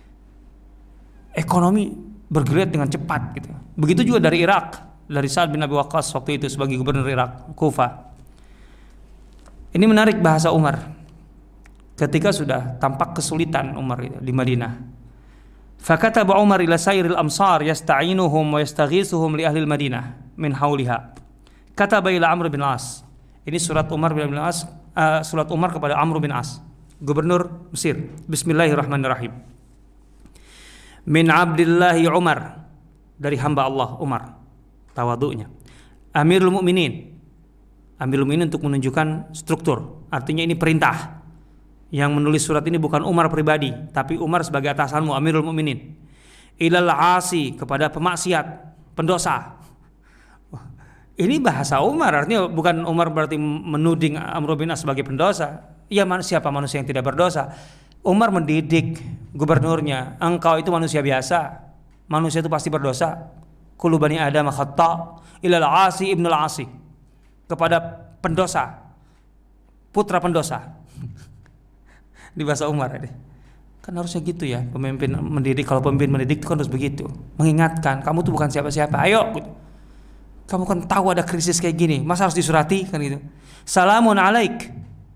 Ekonomi bergeliat dengan cepat gitu. Begitu juga dari Irak, dari Sa'ad bin Abi Waqqas waktu itu sebagai gubernur Irak, Kufah. Ini menarik bahasa Umar ketika sudah tampak kesulitan Umar gitu, di Madinah. Fakataba Umar ila sairil amsar yasta'inuhum wa yastaghithuhum li ahli Madinah min hauliha. Kataba ila Amr bin As. Ini surat Umar bin As, uh, surat Umar kepada Amr bin As, gubernur Mesir. Bismillahirrahmanirrahim. Min Abdillahi Umar, dari hamba Allah Umar, tawadhu'nya. Amirul Mukminin. Amirul Mukminin untuk menunjukkan struktur. Artinya ini perintah. Yang menulis surat ini bukan Umar pribadi, tapi Umar sebagai atasanmu, Amirul Mukminin. Ilal asi, kepada pemaksiat, pendosa. Ini bahasa Umar, artinya bukan Umar berarti menuding Amr bin As sebagai pendosa. Ya, siapa manusia yang tidak berdosa? Umar mendidik gubernurnya, engkau itu manusia biasa, manusia itu pasti berdosa. Kullu bani Adam khata' ilal asi ibnul asi, kepada pendosa, putra pendosa. Di bahasa Umar ini kan harusnya gitu ya, pemimpin mendidik. Kalau pemimpin mendidik itu kan harus begitu, mengingatkan kamu tuh bukan siapa-siapa, ayo gitu. Kamu kan tahu ada krisis kayak gini, masa harus disurati kan gitu. Salamun alaik,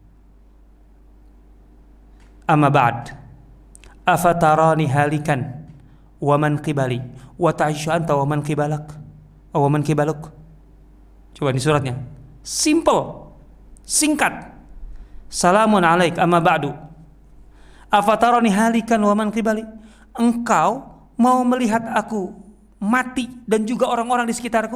amma ba'd, afatarani halikan wa man qibali wa ta'ishu anta wa man qibalak wa man qibaluk. Coba di suratnya simple, singkat. Salamun alaik amma ba'du, afatarani halikan wa man qibali. Engkau mau melihat aku mati dan juga orang-orang di sekitarku?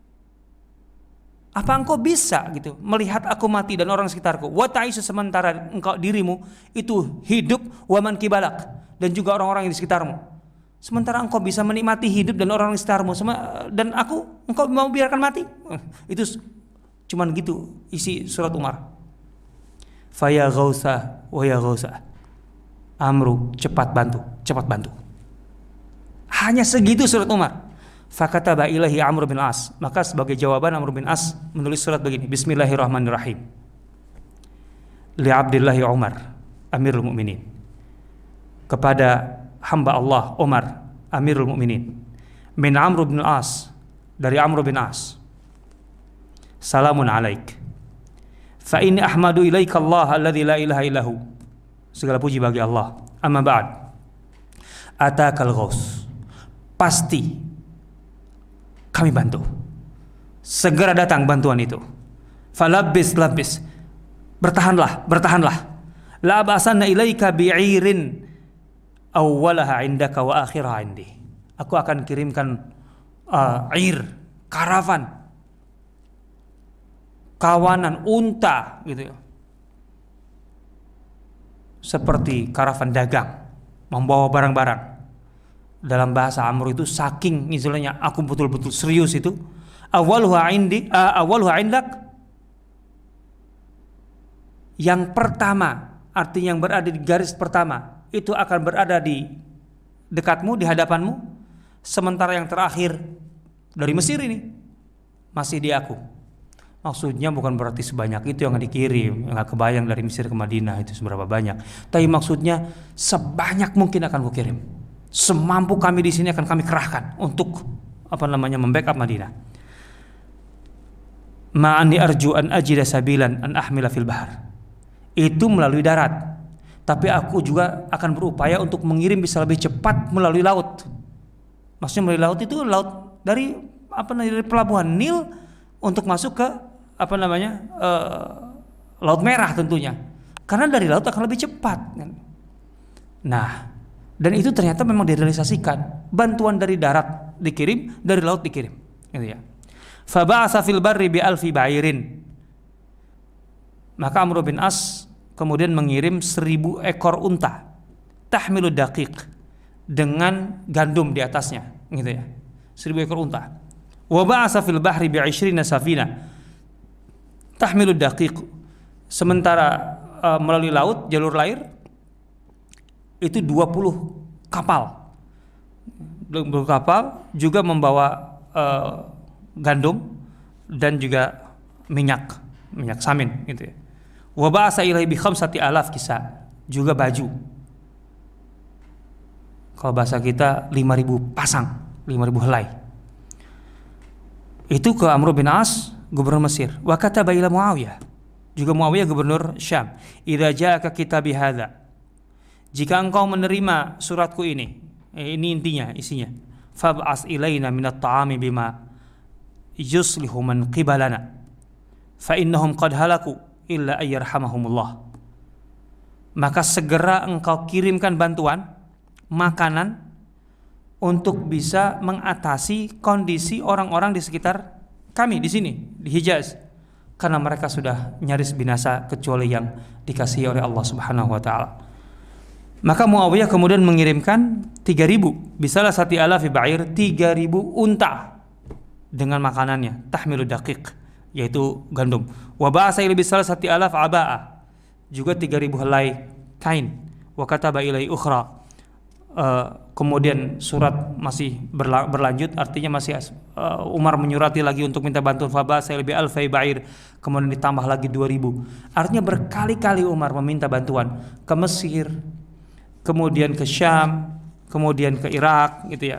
Apa engkau bisa gitu melihat aku mati dan orang sekitarku? Wa ta'ishu, sementara engkau dirimu itu hidup, wa man qibalak, dan juga orang-orang yang di sekitarmu. Sementara engkau bisa menikmati hidup dan orang di sekitarmu, dan aku engkau mau biarkan mati? Itu cuman gitu isi surat Umar. Faya ghausa wa ya ghausa, Amru, cepat bantu, cepat bantu. Hanya segitu surat Umar. Fakataba ilahi Amr bin As, maka sebagai jawaban Amr bin As menulis surat begini. Bismillahirrahmanirrahim. Li Abdillahi Umar, Amirul Mukminin, kepada hamba Allah Umar, Amirul Mukminin. Min Amr bin As, dari Amr bin As. Salamun alaik. Fa inni ahmadu ilaika Allah alladzi la ilaha illahu. Segala puji bagi Allah. Amma ba'd, atakal ghaus, pasti kami bantu, segera datang bantuan itu. Falabis labis, bertahanlah, bertahanlah. La ba'asanna ilaika bi'irin awwalaha indaka wa akhiraha indi. Aku akan kirimkan uh, ir, karavan, kawanan unta gitu ya, seperti karavan dagang membawa barang-barang. Dalam bahasa Amr itu saking istilahnya aku betul-betul serius itu. Awwaluha indi, uh, awwaluha indak, yang pertama, artinya yang berada di garis pertama itu akan berada di dekatmu, di hadapanmu. Sementara yang terakhir dari Mesir ini masih di aku. Maksudnya bukan berarti sebanyak itu yang dikirim, nggak kebayang dari Mesir ke Madinah itu seberapa banyak. Tapi maksudnya sebanyak mungkin akan kukirim. semampu kami di sini akan kami kerahkan untuk apa namanya membackup Madinah. Ma'ani arju an ajida sabilan an ahmila fil bahar. Itu melalui darat. Tapi aku juga akan berupaya untuk mengirim bisa lebih cepat melalui laut. Maksudnya melalui laut itu laut dari apa namanya dari pelabuhan Nil untuk masuk ke apa namanya uh, Laut Merah tentunya. Karena dari laut akan lebih cepat. Nah, dan itu ternyata memang direalisasikan. Bantuan dari darat dikirim, dari laut dikirim. Gitu ya. Faba'atsa fil barri bi alfi ba'irin. Maka Amr bin As kemudian mengirim seribu ekor unta, tahmilu daqiq, dengan gandum di atasnya, gitu ya. Seribu ekor unta. Wa ba'atsa fil bahri bi ishrina safina, tahmilu daqiq. Sementara uh, melalui laut, jalur air itu dua puluh kapal. dua puluh kapal juga membawa uh, gandum dan juga minyak, minyak samin, gitu ya. Wa ba'asa ilaihi bi khamsati alaf kisah, juga baju. Kalau bahasa kita lima ribu pasang, lima ribu helai. Itu ke Amr bin As, gubernur Mesir. Wa kataba ila Muawiyah, juga Muawiyah gubernur Syam. Idza ja'aka kitabi hadza, jika engkau menerima suratku ini, eh, ini intinya, isinya. Fab'as ilaina minat ta'ami bima yuslihu man qibalana fa innahum qad halaku illa ayyarhamahumullah. Maka segera engkau kirimkan bantuan makanan untuk bisa mengatasi kondisi orang-orang di sekitar kami di sini di Hijaz, karena mereka sudah nyaris binasa kecuali yang dikasihi oleh Allah Subhanahu wa taala. Maka Muawiyah kemudian mengirimkan tiga ribu bisalah sati alafi ba'ir, tiga ribu unta dengan makanannya, tahmilu daqiq, yaitu gandum. Wa ba'asa ila bisalah sati alaf aba'ah, juga tiga ribu helai kain. Wa kataba ilai ukhra, uh, kemudian surat masih berla- berlanjut, artinya masih uh, Umar menyurati lagi untuk minta bantuan. Fa ba'asa ila bi alfai ba'ir, kemudian ditambah lagi dua ribu. Artinya berkali-kali Umar meminta bantuan ke Mesir, kemudian ke Syam, kemudian ke Irak, gitu ya.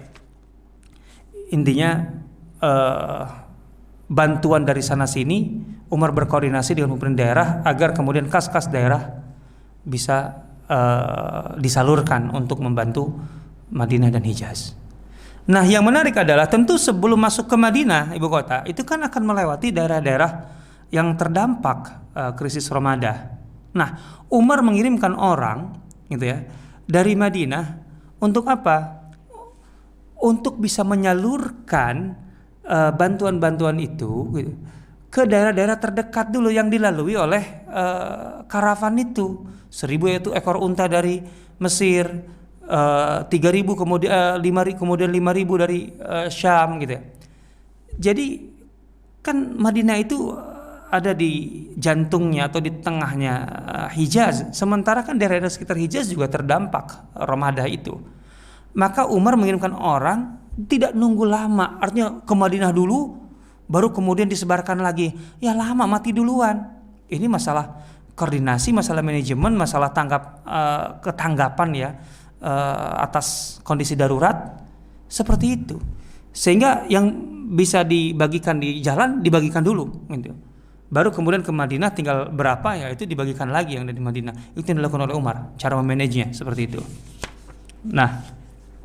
Intinya uh, bantuan dari sana sini, Umar berkoordinasi dengan pemerintah daerah agar kemudian kas-kas daerah bisa uh, disalurkan untuk membantu Madinah dan Hijaz. Nah, yang menarik adalah tentu sebelum masuk ke Madinah, ibu kota, itu kan akan melewati daerah-daerah yang terdampak uh, krisis Ramadah. Nah, Umar mengirimkan orang, gitu ya, dari Madinah untuk apa? Untuk bisa menyalurkan uh, bantuan-bantuan itu gitu, ke daerah-daerah terdekat dulu yang dilalui oleh uh, karavan itu. Seribu yaitu ekor unta dari Mesir, uh, tiga ribu kemudian uh, lima ribu kemudian lima ribu dari uh, Syam, gitu ya. Jadi kan Madinah itu ada di jantungnya atau di tengahnya uh, Hijaz, sementara kan daerah-daerah sekitar Hijaz juga terdampak Ramadah itu. Maka Umar mengirimkan orang, tidak nunggu lama, artinya ke Madinah dulu baru kemudian disebarkan lagi. Ya lama, mati duluan. Ini masalah koordinasi, masalah manajemen, masalah tanggap uh, ketanggapan ya uh, atas kondisi darurat seperti itu. Sehingga yang bisa dibagikan di jalan dibagikan dulu, gitu. Baru kemudian ke Madinah tinggal berapa ya itu dibagikan lagi yang dari Madinah. Itu yang dilakukan oleh Umar, cara memanagenya seperti itu. Nah,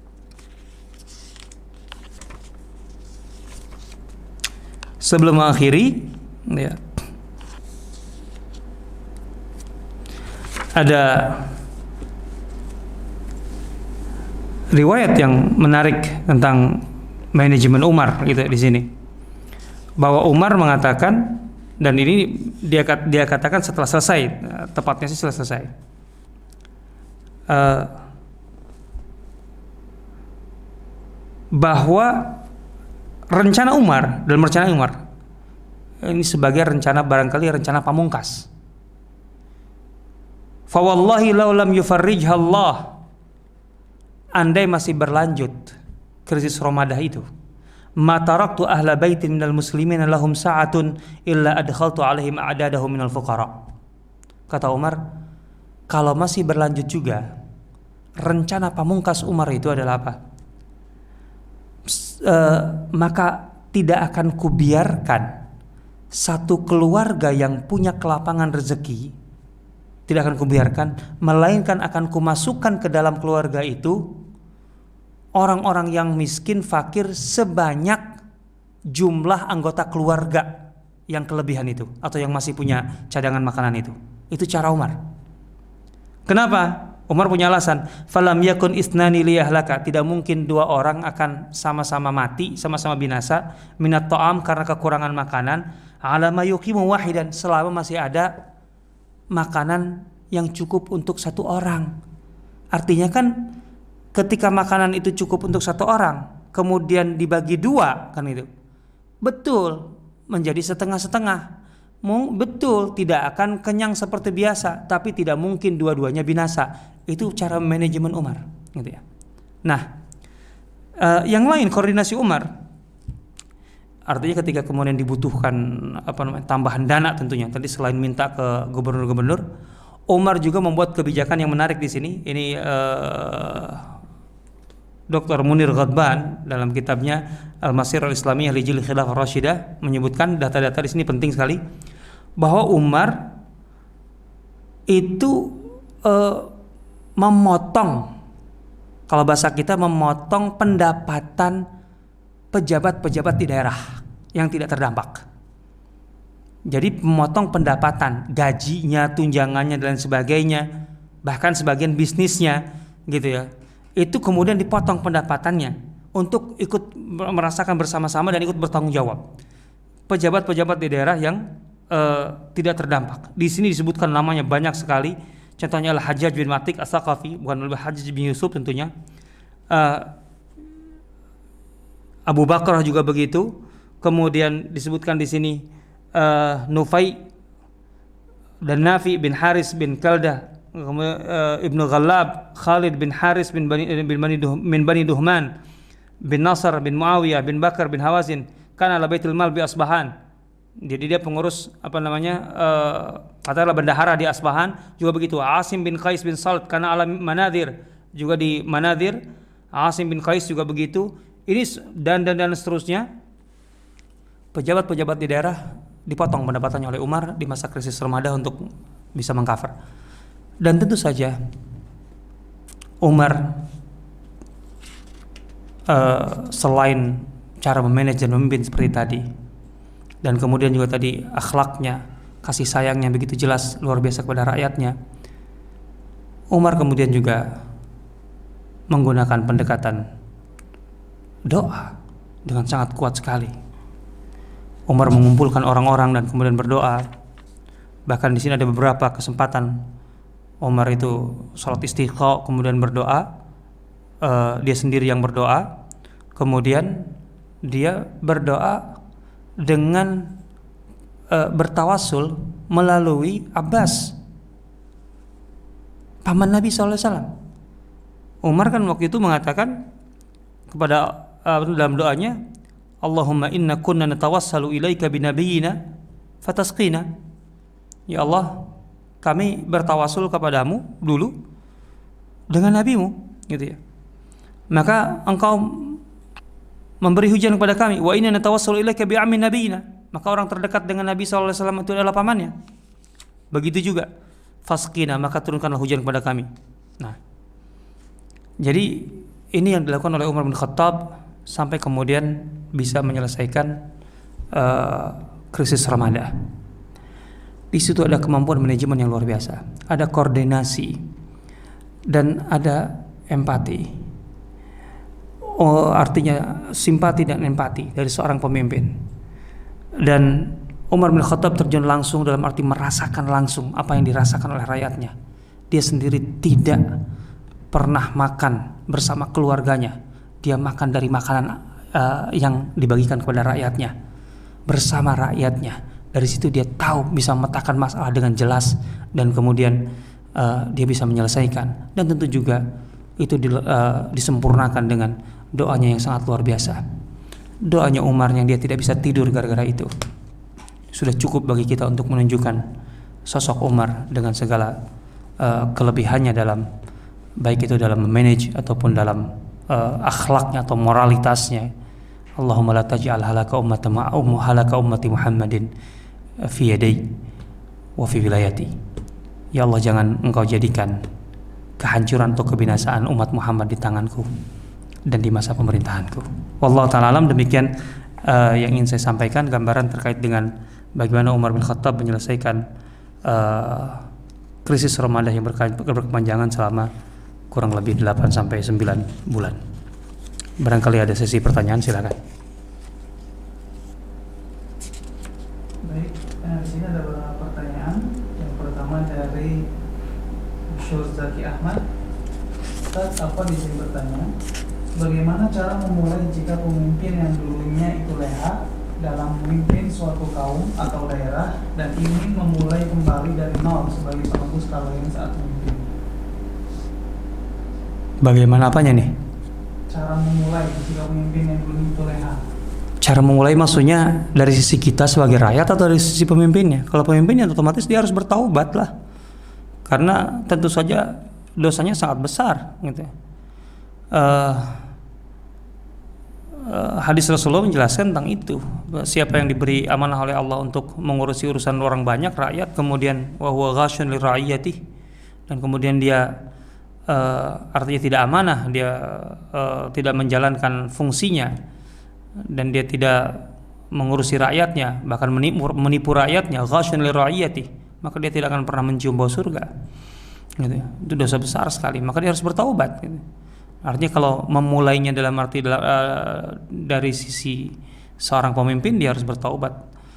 sebelum mengakhiri ya, ada riwayat yang menarik tentang manajemen Umar gitu di sini. Bahwa Umar mengatakan, dan ini dia dia katakan setelah selesai, tepatnya sih setelah selesai. Uh, bahwa rencana Umar, dalam rencana Umar ini sebagai rencana barangkali rencana pamungkas. Fa wallahi law lam yufarrijha Allah, andai masih berlanjut krisis Ramadah itu, ma taraktu ahla baitin minal muslimin lahum sa'atun illa adkhaltu alaihim a'dadahum minal fuqara. Kata Umar, kalau masih berlanjut juga, rencana pamungkas Umar itu adalah apa? E, maka tidak akan kubiarkan satu keluarga yang punya kelapangan rezeki, tidak akan kubiarkan, melainkan akan kumasukkan ke dalam keluarga itu orang-orang yang miskin, fakir sebanyak jumlah anggota keluarga yang kelebihan itu, atau yang masih punya cadangan makanan itu. Itu cara Umar. Kenapa? Umar punya alasan. Falam yakun isnani liyahlaka, tidak mungkin dua orang akan sama-sama mati, sama-sama binasa, minat ta'am, karena kekurangan makanan, ala ma yuqimu wahidan, selama masih ada makanan yang cukup untuk satu orang. Artinya kan ketika makanan itu cukup untuk satu orang, kemudian dibagi dua, kan itu betul menjadi setengah-setengah. Betul tidak akan kenyang seperti biasa, tapi tidak mungkin dua-duanya binasa. Itu cara manajemen Umar, gitu ya. Nah, uh, yang lain koordinasi Umar, artinya ketika kemudian dibutuhkan apa namanya tambahan dana, tentunya tadi selain minta ke gubernur-gubernur, Umar juga membuat kebijakan yang menarik di sini. Ini uh, doktor Munir Ghadban dalam kitabnya Al-Masir Al-Islamiyah li Jil Khilafah Rashidah menyebutkan data-data di sini penting sekali, bahwa Umar itu uh, memotong, kalau bahasa kita memotong pendapatan pejabat-pejabat di daerah yang tidak terdampak. Jadi memotong pendapatan, gajinya, tunjangannya dan sebagainya, bahkan sebagian bisnisnya, gitu ya. Itu kemudian dipotong pendapatannya untuk ikut merasakan bersama-sama dan ikut bertanggung jawab. Pejabat-pejabat di daerah yang uh, tidak terdampak. Di sini disebutkan namanya banyak sekali. Contohnya Al-Hajjaj bin Matik As-Saqafi, bukan Al-Hajjaj bin Yusuf tentunya. Uh, Abu Bakar juga begitu. Kemudian disebutkan di sini uh, Nufai dan Nafi bin Haris bin Kaldah, uh, Ibnu Ghallab, Khalid bin Haris bin Bani, bin Bani, bin Bani Duhman, bin Nasr bin Muawiyah bin Bakar bin Hawazin, kana ala Baitul Mal bi Asbahan. Jadi dia pengurus apa namanya uh, katakanlah bendahara di Asbahan, juga begitu. Asim bin Qais bin Salt kana ala Manadir, juga di Manadir. Asim bin Qais juga begitu. Ini dan dan dan seterusnya. Pejabat-pejabat di daerah dipotong pendapatannya oleh Umar di masa krisis Ramadan untuk bisa mengcover. Dan tentu saja Umar uh, selain cara memanage dan memimpin seperti tadi, dan kemudian juga tadi akhlaknya, kasih sayangnya begitu jelas luar biasa kepada rakyatnya, Umar kemudian juga menggunakan pendekatan doa dengan sangat kuat sekali. Umar mengumpulkan orang-orang dan kemudian berdoa. Bahkan di sini ada beberapa kesempatan Umar itu salat istisqa kemudian berdoa, uh, dia sendiri yang berdoa, kemudian dia berdoa dengan uh, bertawassul melalui Abbas, paman Nabi shallallahu alaihi wasallam. Umar kan waktu itu mengatakan kepada uh, dalam doanya, Allahumma inna kunna natawassalu ilaika binabiyyina fatasqina. Ya Allah, kami bertawasul kepadamu dulu dengan nabimu, gitu ya. Maka engkau memberi hujan kepada kami. Wa inna natawassalu ilaika bi'ammi nabiyyina. Maka orang terdekat dengan Nabi sallallahu alaihi wasallam itu adalah pamannya. Begitu juga fasqina, maka turunkanlah hujan kepada kami. Nah, jadi ini yang dilakukan oleh Umar bin Khattab sampai kemudian bisa menyelesaikan uh, krisis Ramadan. Di situ ada kemampuan manajemen yang luar biasa, ada koordinasi dan ada empati. Oh, artinya simpati dan empati dari seorang pemimpin. Dan Umar bin Khattab terjun langsung dalam arti merasakan langsung apa yang dirasakan oleh rakyatnya. Dia sendiri tidak pernah makan bersama keluarganya. Dia makan dari makanan uh, yang dibagikan kepada rakyatnya, bersama rakyatnya. Dari situ dia tahu bisa memetakan masalah dengan jelas, dan kemudian uh, dia bisa menyelesaikan. Dan tentu juga itu di, uh, disempurnakan dengan doanya yang sangat luar biasa. Doanya Umar yang dia tidak bisa tidur gara-gara itu sudah cukup bagi kita untuk menunjukkan sosok Umar dengan segala uh, kelebihannya dalam baik itu dalam memanage ataupun dalam uh, akhlaknya atau moralitasnya. Allahumma la taj'al halaka ummati ma'um halaka ummati Muhammadin fi yadai wa fi wilayati. Ya Allah, jangan engkau jadikan kehancuran atau kebinasaan umat Muhammad di tanganku dan di masa pemerintahanku. Wallahu ta'ala alam. Demikian uh, yang ingin saya sampaikan, gambaran terkait dengan bagaimana Umar bin Khattab menyelesaikan uh, krisis Ramadan yang berkepanjangan selama kurang lebih delapan sampai sembilan bulan. Barangkali ada sesi pertanyaan, silakan. Baik, eh, di sini ada beberapa pertanyaan. Yang pertama dari Syur Zaki Ahmad. Ustaz, apa di sini bertanya, bagaimana cara memulai jika pemimpin yang dulunya itu leha dalam memimpin suatu kaum atau daerah dan ingin memulai kembali dari nol sebagai penembus kalian saat memimpin? Bagaimana apanya nih? Cara memulai jika pemimpin yang dulu itu leha. Cara memulai maksudnya dari sisi kita sebagai rakyat atau dari sisi pemimpinnya? Kalau pemimpinnya otomatis dia harus bertaubat lah, karena tentu saja dosanya sangat besar gitu. Uh, uh, hadis Rasulullah menjelaskan tentang itu. Siapa yang diberi amanah oleh Allah untuk mengurusi urusan orang banyak, rakyat, kemudian wa huwa ghashun li ra'iyati, dan kemudian dia uh, artinya tidak amanah, dia uh, tidak menjalankan fungsinya, dan dia tidak mengurusi rakyatnya, bahkan menipu, menipu rakyatnya, ghashun li ra'iyati, maka dia tidak akan pernah mencium bau surga gitu. Itu dosa besar sekali, maka dia harus bertaubat gitu. Artinya kalau memulainya dalam arti uh, dari sisi seorang pemimpin, dia harus bertaubat.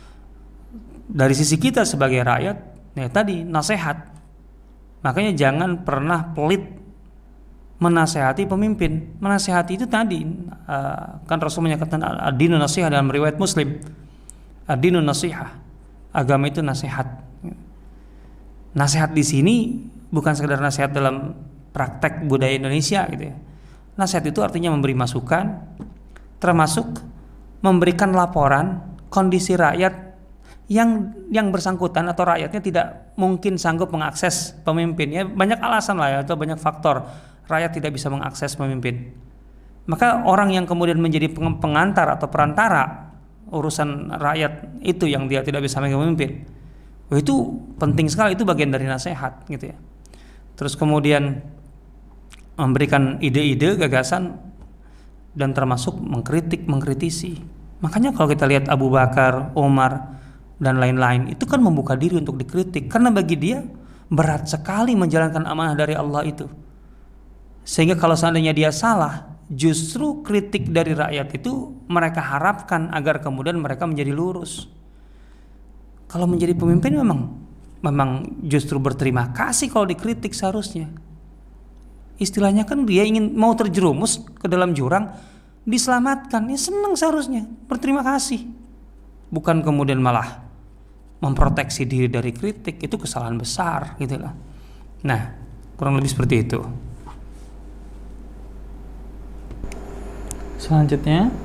Dari sisi kita sebagai rakyat, ya tadi nasihat. Makanya jangan pernah pelit menasehati pemimpin. Menasehati itu tadi uh, kan Rasul menyatakan ad-dinu nasihah dalam riwayat Muslim. Ad-dinu nasihah. Agama itu nasihat. Nasihat di sini bukan sekedar nasihat dalam praktek budaya Indonesia gitu ya. Nasihat itu artinya memberi masukan, termasuk memberikan laporan kondisi rakyat yang yang bersangkutan atau rakyatnya tidak mungkin sanggup mengakses pemimpin. Ya, banyak alasan lah ya, atau banyak faktor rakyat tidak bisa mengakses pemimpin. Maka orang yang kemudian menjadi pengantar atau perantara urusan rakyat itu yang dia tidak bisa memimpin, itu penting sekali, itu bagian dari nasihat gitu ya. Terus kemudian memberikan ide-ide, gagasan, dan termasuk mengkritik, mengkritisi. Makanya kalau kita lihat Abu Bakar, Umar, dan lain-lain, itu kan membuka diri untuk dikritik, karena bagi dia berat sekali menjalankan amanah dari Allah itu. Sehingga kalau seandainya dia salah, justru kritik dari rakyat itu mereka harapkan agar kemudian mereka menjadi lurus. Kalau menjadi pemimpin memang memang justru berterima kasih kalau dikritik seharusnya. Istilahnya kan dia ingin mau terjerumus ke dalam jurang, diselamatkan, ya senang seharusnya, berterima kasih. Bukan kemudian malah memproteksi diri dari kritik, itu kesalahan besar gitu lah. Nah, kurang lebih seperti itu. Selanjutnya,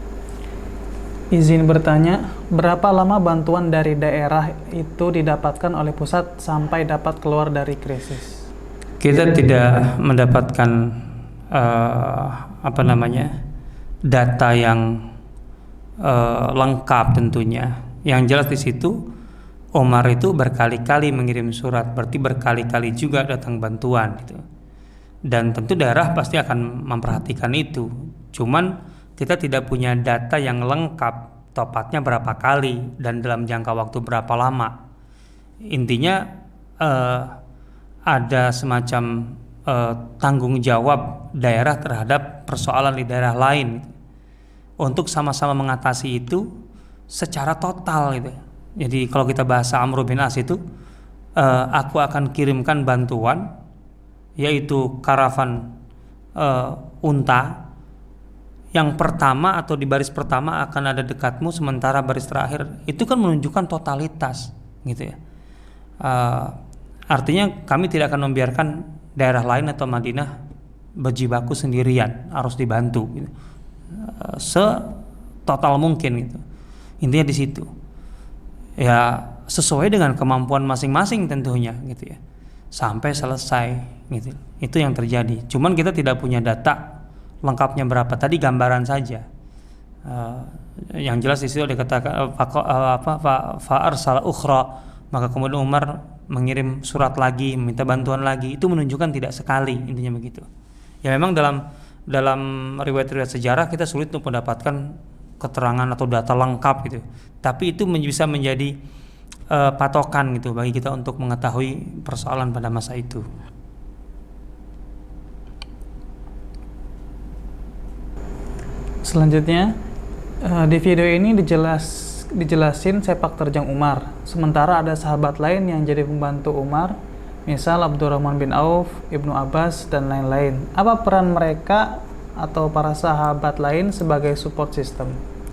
izin bertanya, berapa lama bantuan dari daerah itu didapatkan oleh pusat sampai dapat keluar dari krisis? Kita tidak mendapatkan uh, apa namanya data yang uh, lengkap tentunya. Yang jelas di situ Umar itu berkali-kali mengirim surat, berarti berkali-kali juga datang bantuan gitu. Dan tentu daerah pasti akan memperhatikan itu. Cuman kita tidak punya data yang lengkap, tepatnya berapa kali dan dalam jangka waktu berapa lama. Intinya uh, ada semacam uh, tanggung jawab daerah terhadap persoalan di daerah lain untuk sama-sama mengatasi itu secara total gitu. Jadi kalau kita bahasa Amr bin As itu, uh, aku akan kirimkan bantuan, yaitu karavan uh, unta yang pertama atau di baris pertama akan ada dekatmu, sementara baris terakhir. Itu kan menunjukkan totalitas gitu ya. Uh, Artinya kami tidak akan membiarkan daerah lain atau Madinah berjibaku sendirian, harus dibantu gitu. Setotal mungkin gitu. Intinya di situ. Ya sesuai dengan kemampuan masing-masing tentunya gitu ya. sampai selesai gitu. Itu yang terjadi. Cuman kita tidak punya data lengkapnya berapa. Tadi gambaran saja. Uh, yang jelas di situ dikatakan uh, apa fa arsala ukhra, maka kemudian Umar mengirim surat lagi, meminta bantuan lagi. Itu menunjukkan tidak sekali, intinya begitu. Ya memang dalam dalam riwayat-riwayat sejarah kita sulit untuk mendapatkan keterangan atau data lengkap gitu. Tapi itu bisa menjadi uh, patokan gitu bagi kita untuk mengetahui persoalan pada masa itu. Selanjutnya, uh, di video ini dijelas dijelasin sepak terjang Umar. Sementara ada sahabat lain yang jadi pembantu Umar, misal Abdurrahman bin Auf, Ibnu Abbas, dan lain-lain. Apa peran mereka atau para sahabat lain sebagai support system?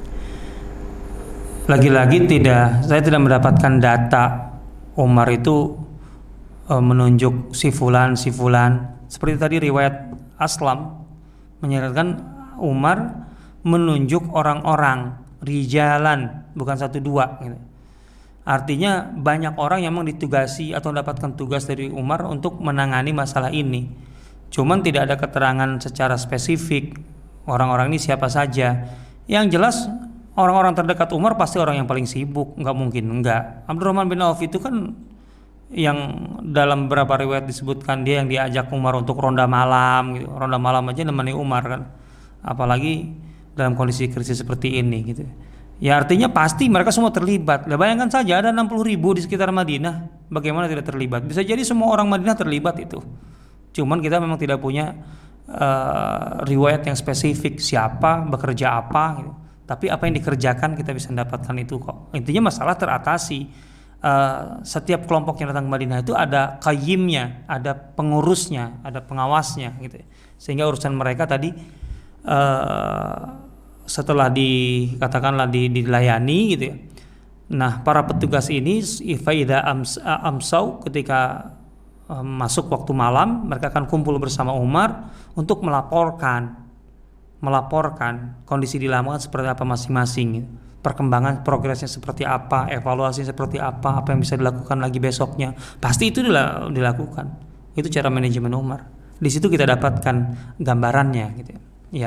Lagi-lagi tidak, saya tidak mendapatkan data Umar itu e, menunjuk si fulan, si fulan. Seperti tadi riwayat Aslam menyatakan Umar menunjuk orang-orang, rijalan, bukan satu dua gitu. Artinya banyak orang yang memang ditugasi atau mendapatkan tugas dari Umar untuk menangani masalah ini. Cuman tidak ada keterangan secara spesifik orang-orang ini siapa saja. Yang jelas orang-orang terdekat Umar pasti orang yang paling sibuk, nggak mungkin enggak. Abdurrahman bin Auf itu kan yang dalam beberapa riwayat disebutkan dia yang diajak Umar untuk ronda malam gitu. Ronda malam aja nemani Umar kan. Apalagi dalam kondisi krisis seperti ini gitu. Ya artinya pasti mereka semua terlibat. Nah, bayangkan saja ada enam puluh ribu di sekitar Madinah, bagaimana tidak terlibat? Bisa jadi semua orang Madinah terlibat itu. Cuman kita memang tidak punya uh, riwayat yang spesifik siapa, bekerja apa gitu. Tapi apa yang dikerjakan kita bisa mendapatkan itu kok. Intinya masalah teratasi. Uh, setiap kelompok yang datang ke Madinah itu ada qayyimnya, ada pengurusnya, ada pengawasnya gitu. Sehingga urusan mereka tadi uh, setelah dikatakanlah dilayani gitu ya. Nah, para petugas ini faida amsau ketika um, masuk waktu malam, mereka akan kumpul bersama Umar untuk melaporkan melaporkan kondisi di lapangan seperti apa masing-masing gitu. Perkembangan progresnya seperti apa, evaluasi seperti apa, apa yang bisa dilakukan lagi besoknya. Pasti itu dilakukan. Itu cara manajemen Umar. Di situ kita dapatkan gambarannya gitu ya. Ya.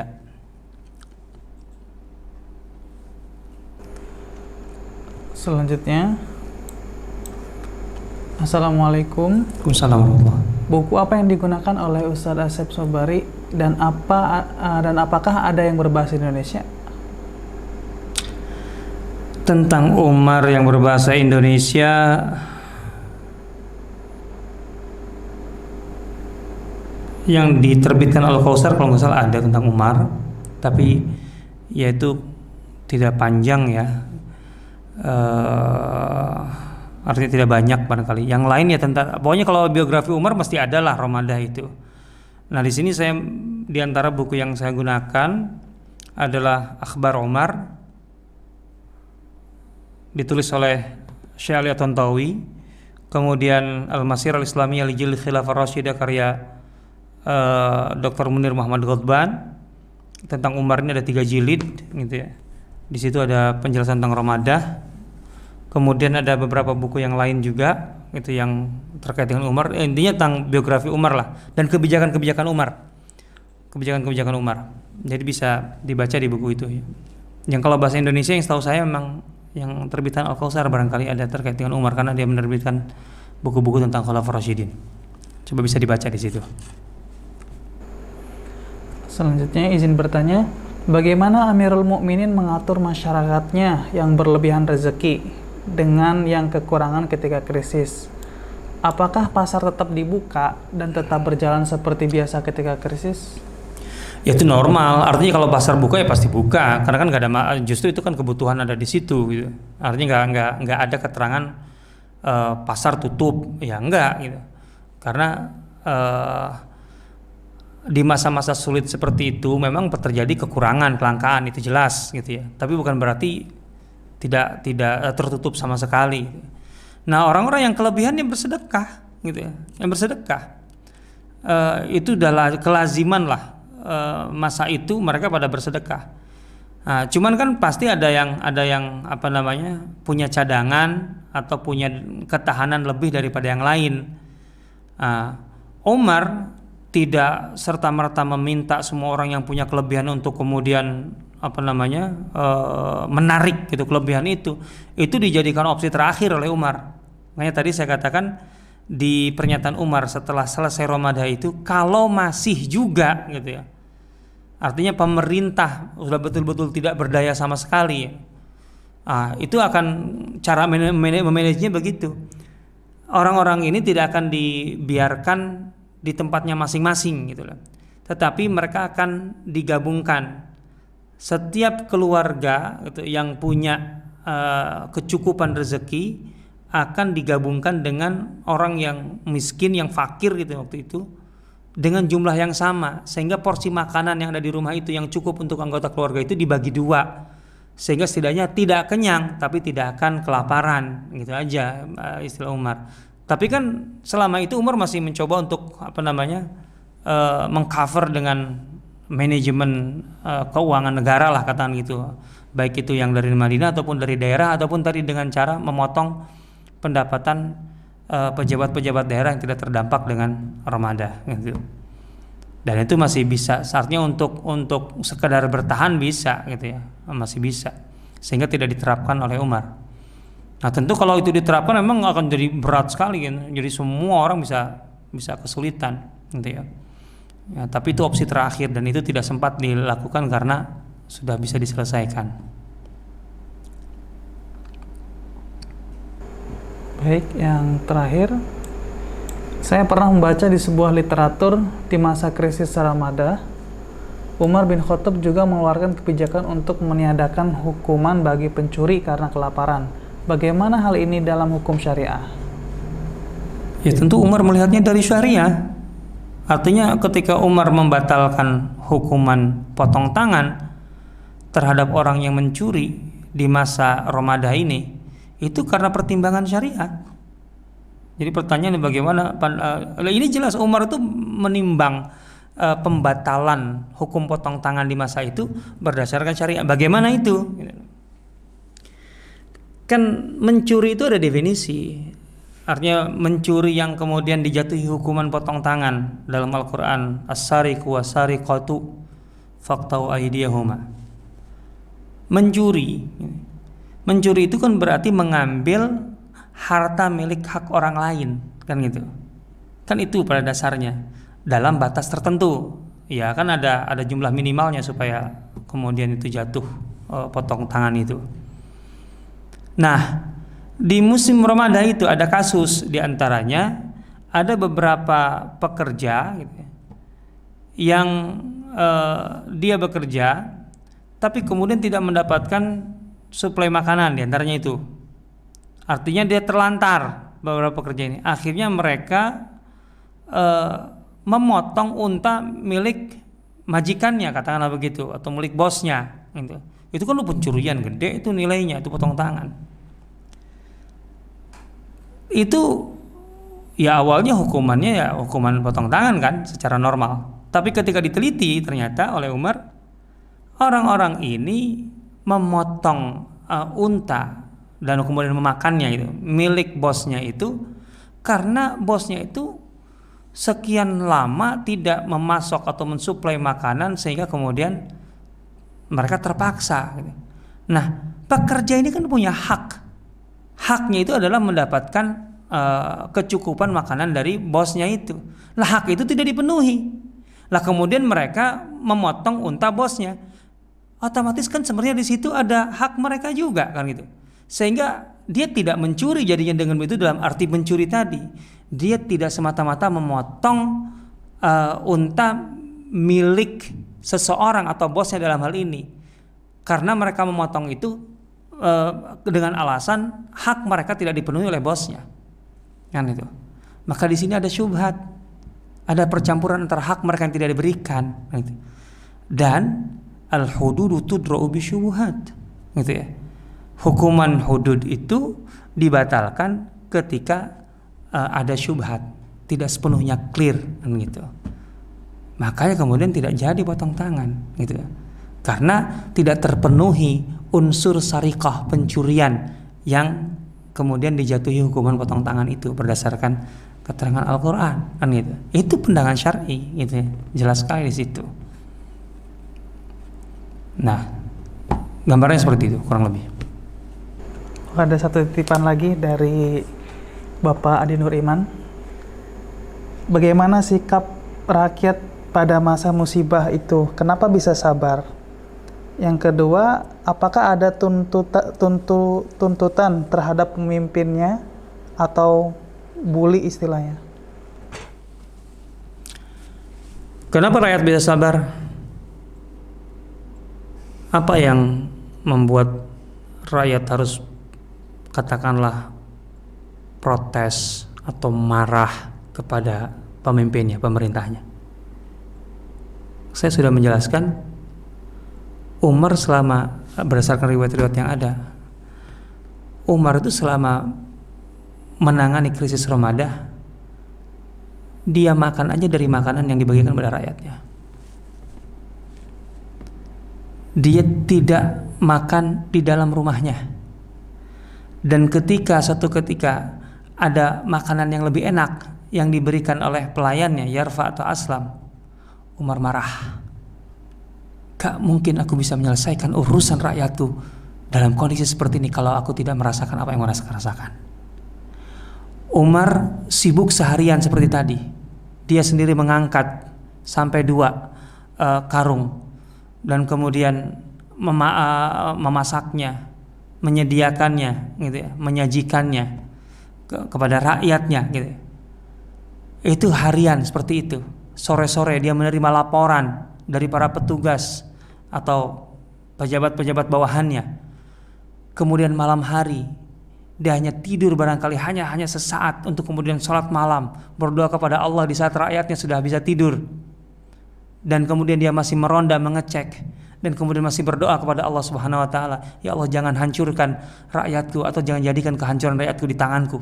Selanjutnya, Assalamualaikum. Waalaikumsalam. Buku apa yang digunakan oleh Ustadz Asep Sobari dan apa dan apakah ada yang berbahasa Indonesia? Tentang Umar yang berbahasa Indonesia, yang diterbitkan Al-Kautsar kalau nggak salah ada tentang Umar, tapi yaitu tidak panjang ya. Uh, artinya tidak banyak barangkali. Yang lain ya tentang, pokoknya kalau biografi Umar mesti ada lah Romadah itu. Nah di sini saya di antara buku yang saya gunakan adalah Akhbar Umar, ditulis oleh Syekh Ali At-Tantawi, kemudian Al-Masir Al-Islamiyah li Jil Khilafah Rasyidah karya uh, Doktor Munir Muhammad Ghadban. Tentang Umar ini ada tiga jilid gitu ya. Di situ ada penjelasan tentang Ramadah. Kemudian ada beberapa buku yang lain juga itu yang terkait dengan Umar. Eh, intinya tentang biografi Umar lah dan kebijakan-kebijakan Umar. Kebijakan-kebijakan Umar. Jadi bisa dibaca di buku itu. Yang kalau bahasa Indonesia yang setahu saya memang yang terbitan Al-Kautsar barangkali ada terkait dengan Umar karena dia menerbitkan buku-buku tentang Khulafaur Rasyidin. Coba bisa dibaca di situ. Selanjutnya izin bertanya, bagaimana Amirul Mukminin mengatur masyarakatnya yang berlebihan rezeki dengan yang kekurangan ketika krisis? Apakah pasar tetap dibuka dan tetap berjalan seperti biasa ketika krisis? Ya itu normal. Artinya kalau pasar buka ya pasti buka, karena kan nggak ada, justru itu kan kebutuhan ada di situ gitu. Artinya nggak nggak nggak ada keterangan uh, pasar tutup, ya enggak gitu. Karena uh, di masa-masa sulit seperti itu memang terjadi kekurangan, kelangkaan, itu jelas gitu ya. Tapi bukan berarti tidak tidak tertutup sama sekali. Nah, orang-orang yang kelebihan yang bersedekah gitu ya. Yang bersedekah uh, itu adalah kelaziman lah uh, masa itu mereka pada bersedekah. Nah, cuman kan pasti ada yang ada yang apa namanya? Punya cadangan atau punya ketahanan lebih daripada yang lain. Nah, Umar tidak serta-merta meminta semua orang yang punya kelebihan untuk kemudian apa namanya e, menarik gitu kelebihan itu. Itu dijadikan opsi terakhir oleh Umar. Makanya tadi saya katakan di pernyataan Umar setelah selesai Ramadan itu, kalau masih juga gitu ya, artinya pemerintah sudah betul-betul tidak berdaya sama sekali, ah, itu akan cara memanagenya begitu. Orang-orang ini tidak akan dibiarkan di tempatnya masing-masing gitu loh. Tetapi mereka akan digabungkan. Setiap keluarga gitu, yang punya uh, kecukupan rezeki akan digabungkan dengan orang yang miskin, yang fakir gitu waktu itu, dengan jumlah yang sama, sehingga porsi makanan yang ada di rumah itu yang cukup untuk anggota keluarga itu dibagi dua, sehingga setidaknya tidak kenyang tapi tidak akan kelaparan, gitu aja istilah Umar. Tapi kan selama itu Umar masih mencoba untuk apa namanya uh, mengcover dengan manajemen uh, keuangan negara lah katakan gitu, baik itu yang dari Madinah ataupun dari daerah, ataupun tadi dengan cara memotong pendapatan uh, pejabat-pejabat daerah yang tidak terdampak dengan Ramadan gitu. Dan itu masih bisa, artinya untuk untuk sekedar bertahan bisa gitu ya, masih bisa, sehingga tidak diterapkan oleh Umar. Nah tentu kalau itu diterapkan memang akan jadi berat sekali kan, jadi semua orang bisa bisa kesulitan gitu ya. Ya, tapi itu opsi terakhir dan itu tidak sempat dilakukan karena sudah bisa diselesaikan. Baik, yang terakhir, saya pernah membaca di sebuah literatur di masa krisis Ramadan, Umar bin Khattab juga mengeluarkan kebijakan untuk meniadakan hukuman bagi pencuri karena kelaparan. Bagaimana hal ini dalam hukum syariah? Ya tentu Umar melihatnya dari syariah. Artinya ketika Umar membatalkan hukuman potong tangan terhadap orang yang mencuri di masa Ramadan ini, itu karena pertimbangan syariat. Jadi pertanyaannya bagaimana? Ini jelas Umar itu menimbang uh, pembatalan hukum potong tangan di masa itu berdasarkan syariat. Bagaimana itu? Kan mencuri itu ada definisi. Artinya mencuri yang kemudian dijatuhi hukuman potong tangan dalam Al-Quran, as-sariqu was-sariqatu faqta'u aydiyahuma. Mencuri, mencuri itu kan berarti mengambil harta milik hak orang lain, kan gitu. Kan itu pada dasarnya dalam batas tertentu. Ya kan ada ada jumlah minimalnya supaya kemudian itu jatuh uh, potong tangan itu. Nah, di musim Ramadan itu ada kasus, diantaranya ada beberapa pekerja gitu, yang uh, dia bekerja tapi kemudian tidak mendapatkan suplai makanan, diantaranya itu. Artinya dia terlantar beberapa pekerja ini. Akhirnya mereka uh, memotong unta milik majikannya, katakanlah begitu, atau milik bosnya. Gitu. Itu kan pencurian gede itu nilainya, itu potong tangan. Itu ya awalnya hukumannya ya hukuman potong tangan kan secara normal. Tapi ketika diteliti ternyata oleh Umar, orang-orang ini memotong uh, unta dan kemudian memakannya itu milik bosnya itu karena bosnya itu sekian lama tidak memasok atau mensuplai makanan sehingga kemudian mereka terpaksa gitu. Nah, pekerja ini kan punya hak. Haknya itu adalah mendapatkan uh, kecukupan makanan dari bosnya itu. Lah hak itu tidak dipenuhi. Lah kemudian mereka memotong unta bosnya. Otomatis kan sebenarnya di situ ada hak mereka juga kan gitu. Sehingga dia tidak mencuri jadinya dengan begitu dalam arti mencuri tadi. Dia tidak semata-mata memotong uh, unta milik seseorang atau bosnya dalam hal ini. Karena mereka memotong itu dengan alasan hak mereka tidak dipenuhi oleh bosnya, kan itu. Maka di sini ada syubhat, ada percampuran antara hak mereka yang tidak diberikan, gitu. Dan al-hududu tudra'u bisyubhat, gitu ya. Hukuman hudud itu dibatalkan ketika uh, ada syubhat, tidak sepenuhnya clear, kan gitu. Makanya kemudian tidak jadi potong tangan, gitu ya. Karena tidak terpenuhi unsur sariqah pencurian yang kemudian dijatuhi hukuman potong tangan itu berdasarkan keterangan Al-Qur'an, kan gitu. Itu pandangan syar'i gitu ya. Jelas sekali di situ. Nah, gambarnya seperti itu kurang lebih. Ada satu titipan lagi dari Bapak Adi Nur Iman. Bagaimana sikap rakyat pada masa musibah itu? Kenapa bisa sabar? Yang kedua, apakah ada tuntuta, tuntu, tuntutan terhadap pemimpinnya atau bully istilahnya? Kenapa rakyat bisa sabar? Apa yang membuat rakyat harus katakanlah protes atau marah kepada pemimpinnya, pemerintahnya? Saya sudah menjelaskan, Umar selama, berdasarkan riwayat-riwayat yang ada, Umar itu selama menangani krisis Ramadan, dia makan aja dari makanan yang dibagikan pada rakyatnya. Dia tidak makan di dalam rumahnya. Dan ketika satu ketika ada makanan yang lebih enak yang diberikan oleh pelayannya, Yarfa atau Aslam, Umar marah. Gak mungkin aku bisa menyelesaikan urusan rakyatku dalam kondisi seperti ini kalau aku tidak merasakan apa yang merasakan. Umar sibuk seharian seperti tadi. Dia sendiri mengangkat sampai dua uh, karung dan kemudian mema- uh, memasaknya, menyediakannya, gitu ya, menyajikannya ke- kepada rakyatnya, gitu. Itu harian seperti itu. Sore-sore dia menerima laporan dari para petugas atau pejabat-pejabat bawahannya. Kemudian malam hari dia hanya tidur barangkali hanya hanya sesaat untuk kemudian sholat malam, berdoa kepada Allah di saat rakyatnya sudah bisa tidur. Dan kemudian dia masih meronda, mengecek, dan kemudian masih berdoa kepada Allah Subhanahu wa taala, ya Allah, jangan hancurkan rakyatku atau jangan jadikan kehancuran rakyatku di tanganku.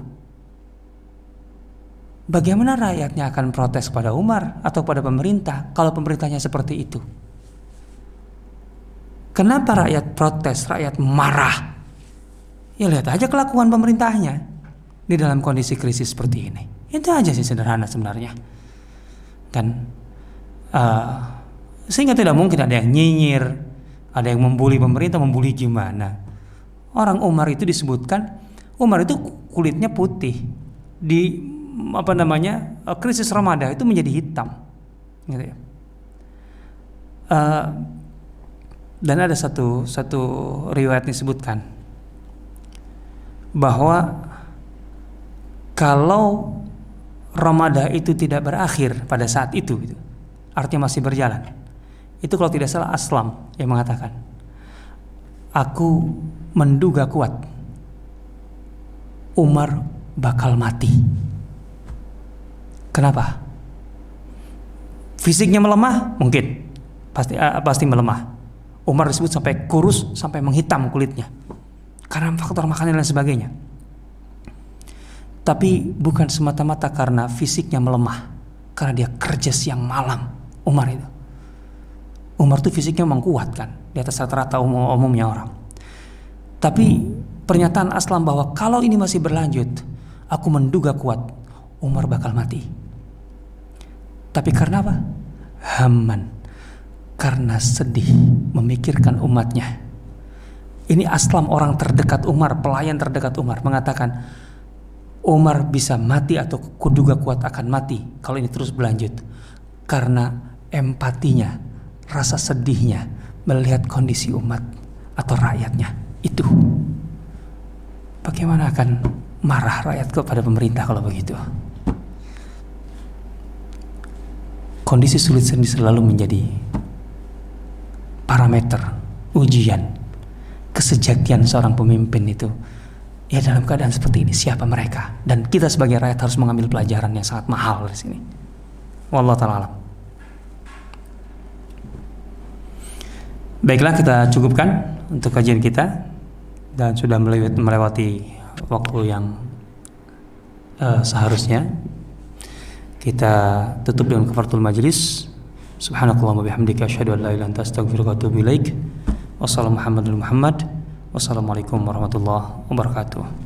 Bagaimana rakyatnya akan protes kepada Umar atau pada pemerintah kalau pemerintahnya seperti itu? Kenapa rakyat protes, rakyat marah? Ya lihat aja kelakuan pemerintahnya di dalam kondisi krisis seperti ini. Itu aja sih, sederhana sebenarnya. Dan uh, sehingga tidak mungkin ada yang nyinyir, ada yang membuli pemerintah. Membuli gimana? Orang Umar itu disebutkan, Umar itu kulitnya putih, di apa namanya krisis Ramadan itu menjadi hitam, gitu ya. Uh, dan ada satu satu riwayat disebutkan bahwa kalau Ramadan itu tidak berakhir pada saat itu, gitu, artinya masih berjalan. Itu kalau tidak salah Aslam yang mengatakan, aku menduga kuat Umar bakal mati. Kenapa? Fisiknya melemah? Mungkin. Pasti uh, pasti melemah. Umar disebut sampai kurus, sampai menghitam kulitnya karena faktor makanan dan sebagainya. Tapi bukan semata-mata karena fisiknya melemah, karena dia kerja siang malam. Umar itu Umar itu fisiknya memang kuat kan, di atas rata-rata umum, umumnya orang. Tapi pernyataan Aslam bahwa kalau ini masih berlanjut, aku menduga kuat Umar bakal mati. Tapi karena apa? Hamman, karena sedih memikirkan umatnya. Ini Aslam, orang terdekat Umar, pelayan terdekat Umar, mengatakan Umar bisa mati atau kuduga kuat akan mati kalau ini terus berlanjut, karena empatinya, rasa sedihnya melihat kondisi umat atau rakyatnya itu. Bagaimana akan marah rakyat kepada pemerintah kalau begitu? Kondisi sulit selalu menjadi parameter ujian kesejatian seorang pemimpin itu. Ya, dalam keadaan seperti ini siapa mereka? Dan kita sebagai rakyat harus mengambil pelajaran yang sangat mahal dari sini. Wallahu ta'ala alam. Baiklah, kita cukupkan untuk kajian kita dan sudah melewati waktu yang uh, seharusnya. Kita tutup dengan kafaratul majlis. Subhanakallahumma bihamdika asyhadu an la ilaha illa anta astaghfiruka wa atubu ilaik. Wassalamualaikum warahmatullahi wabarakatuh.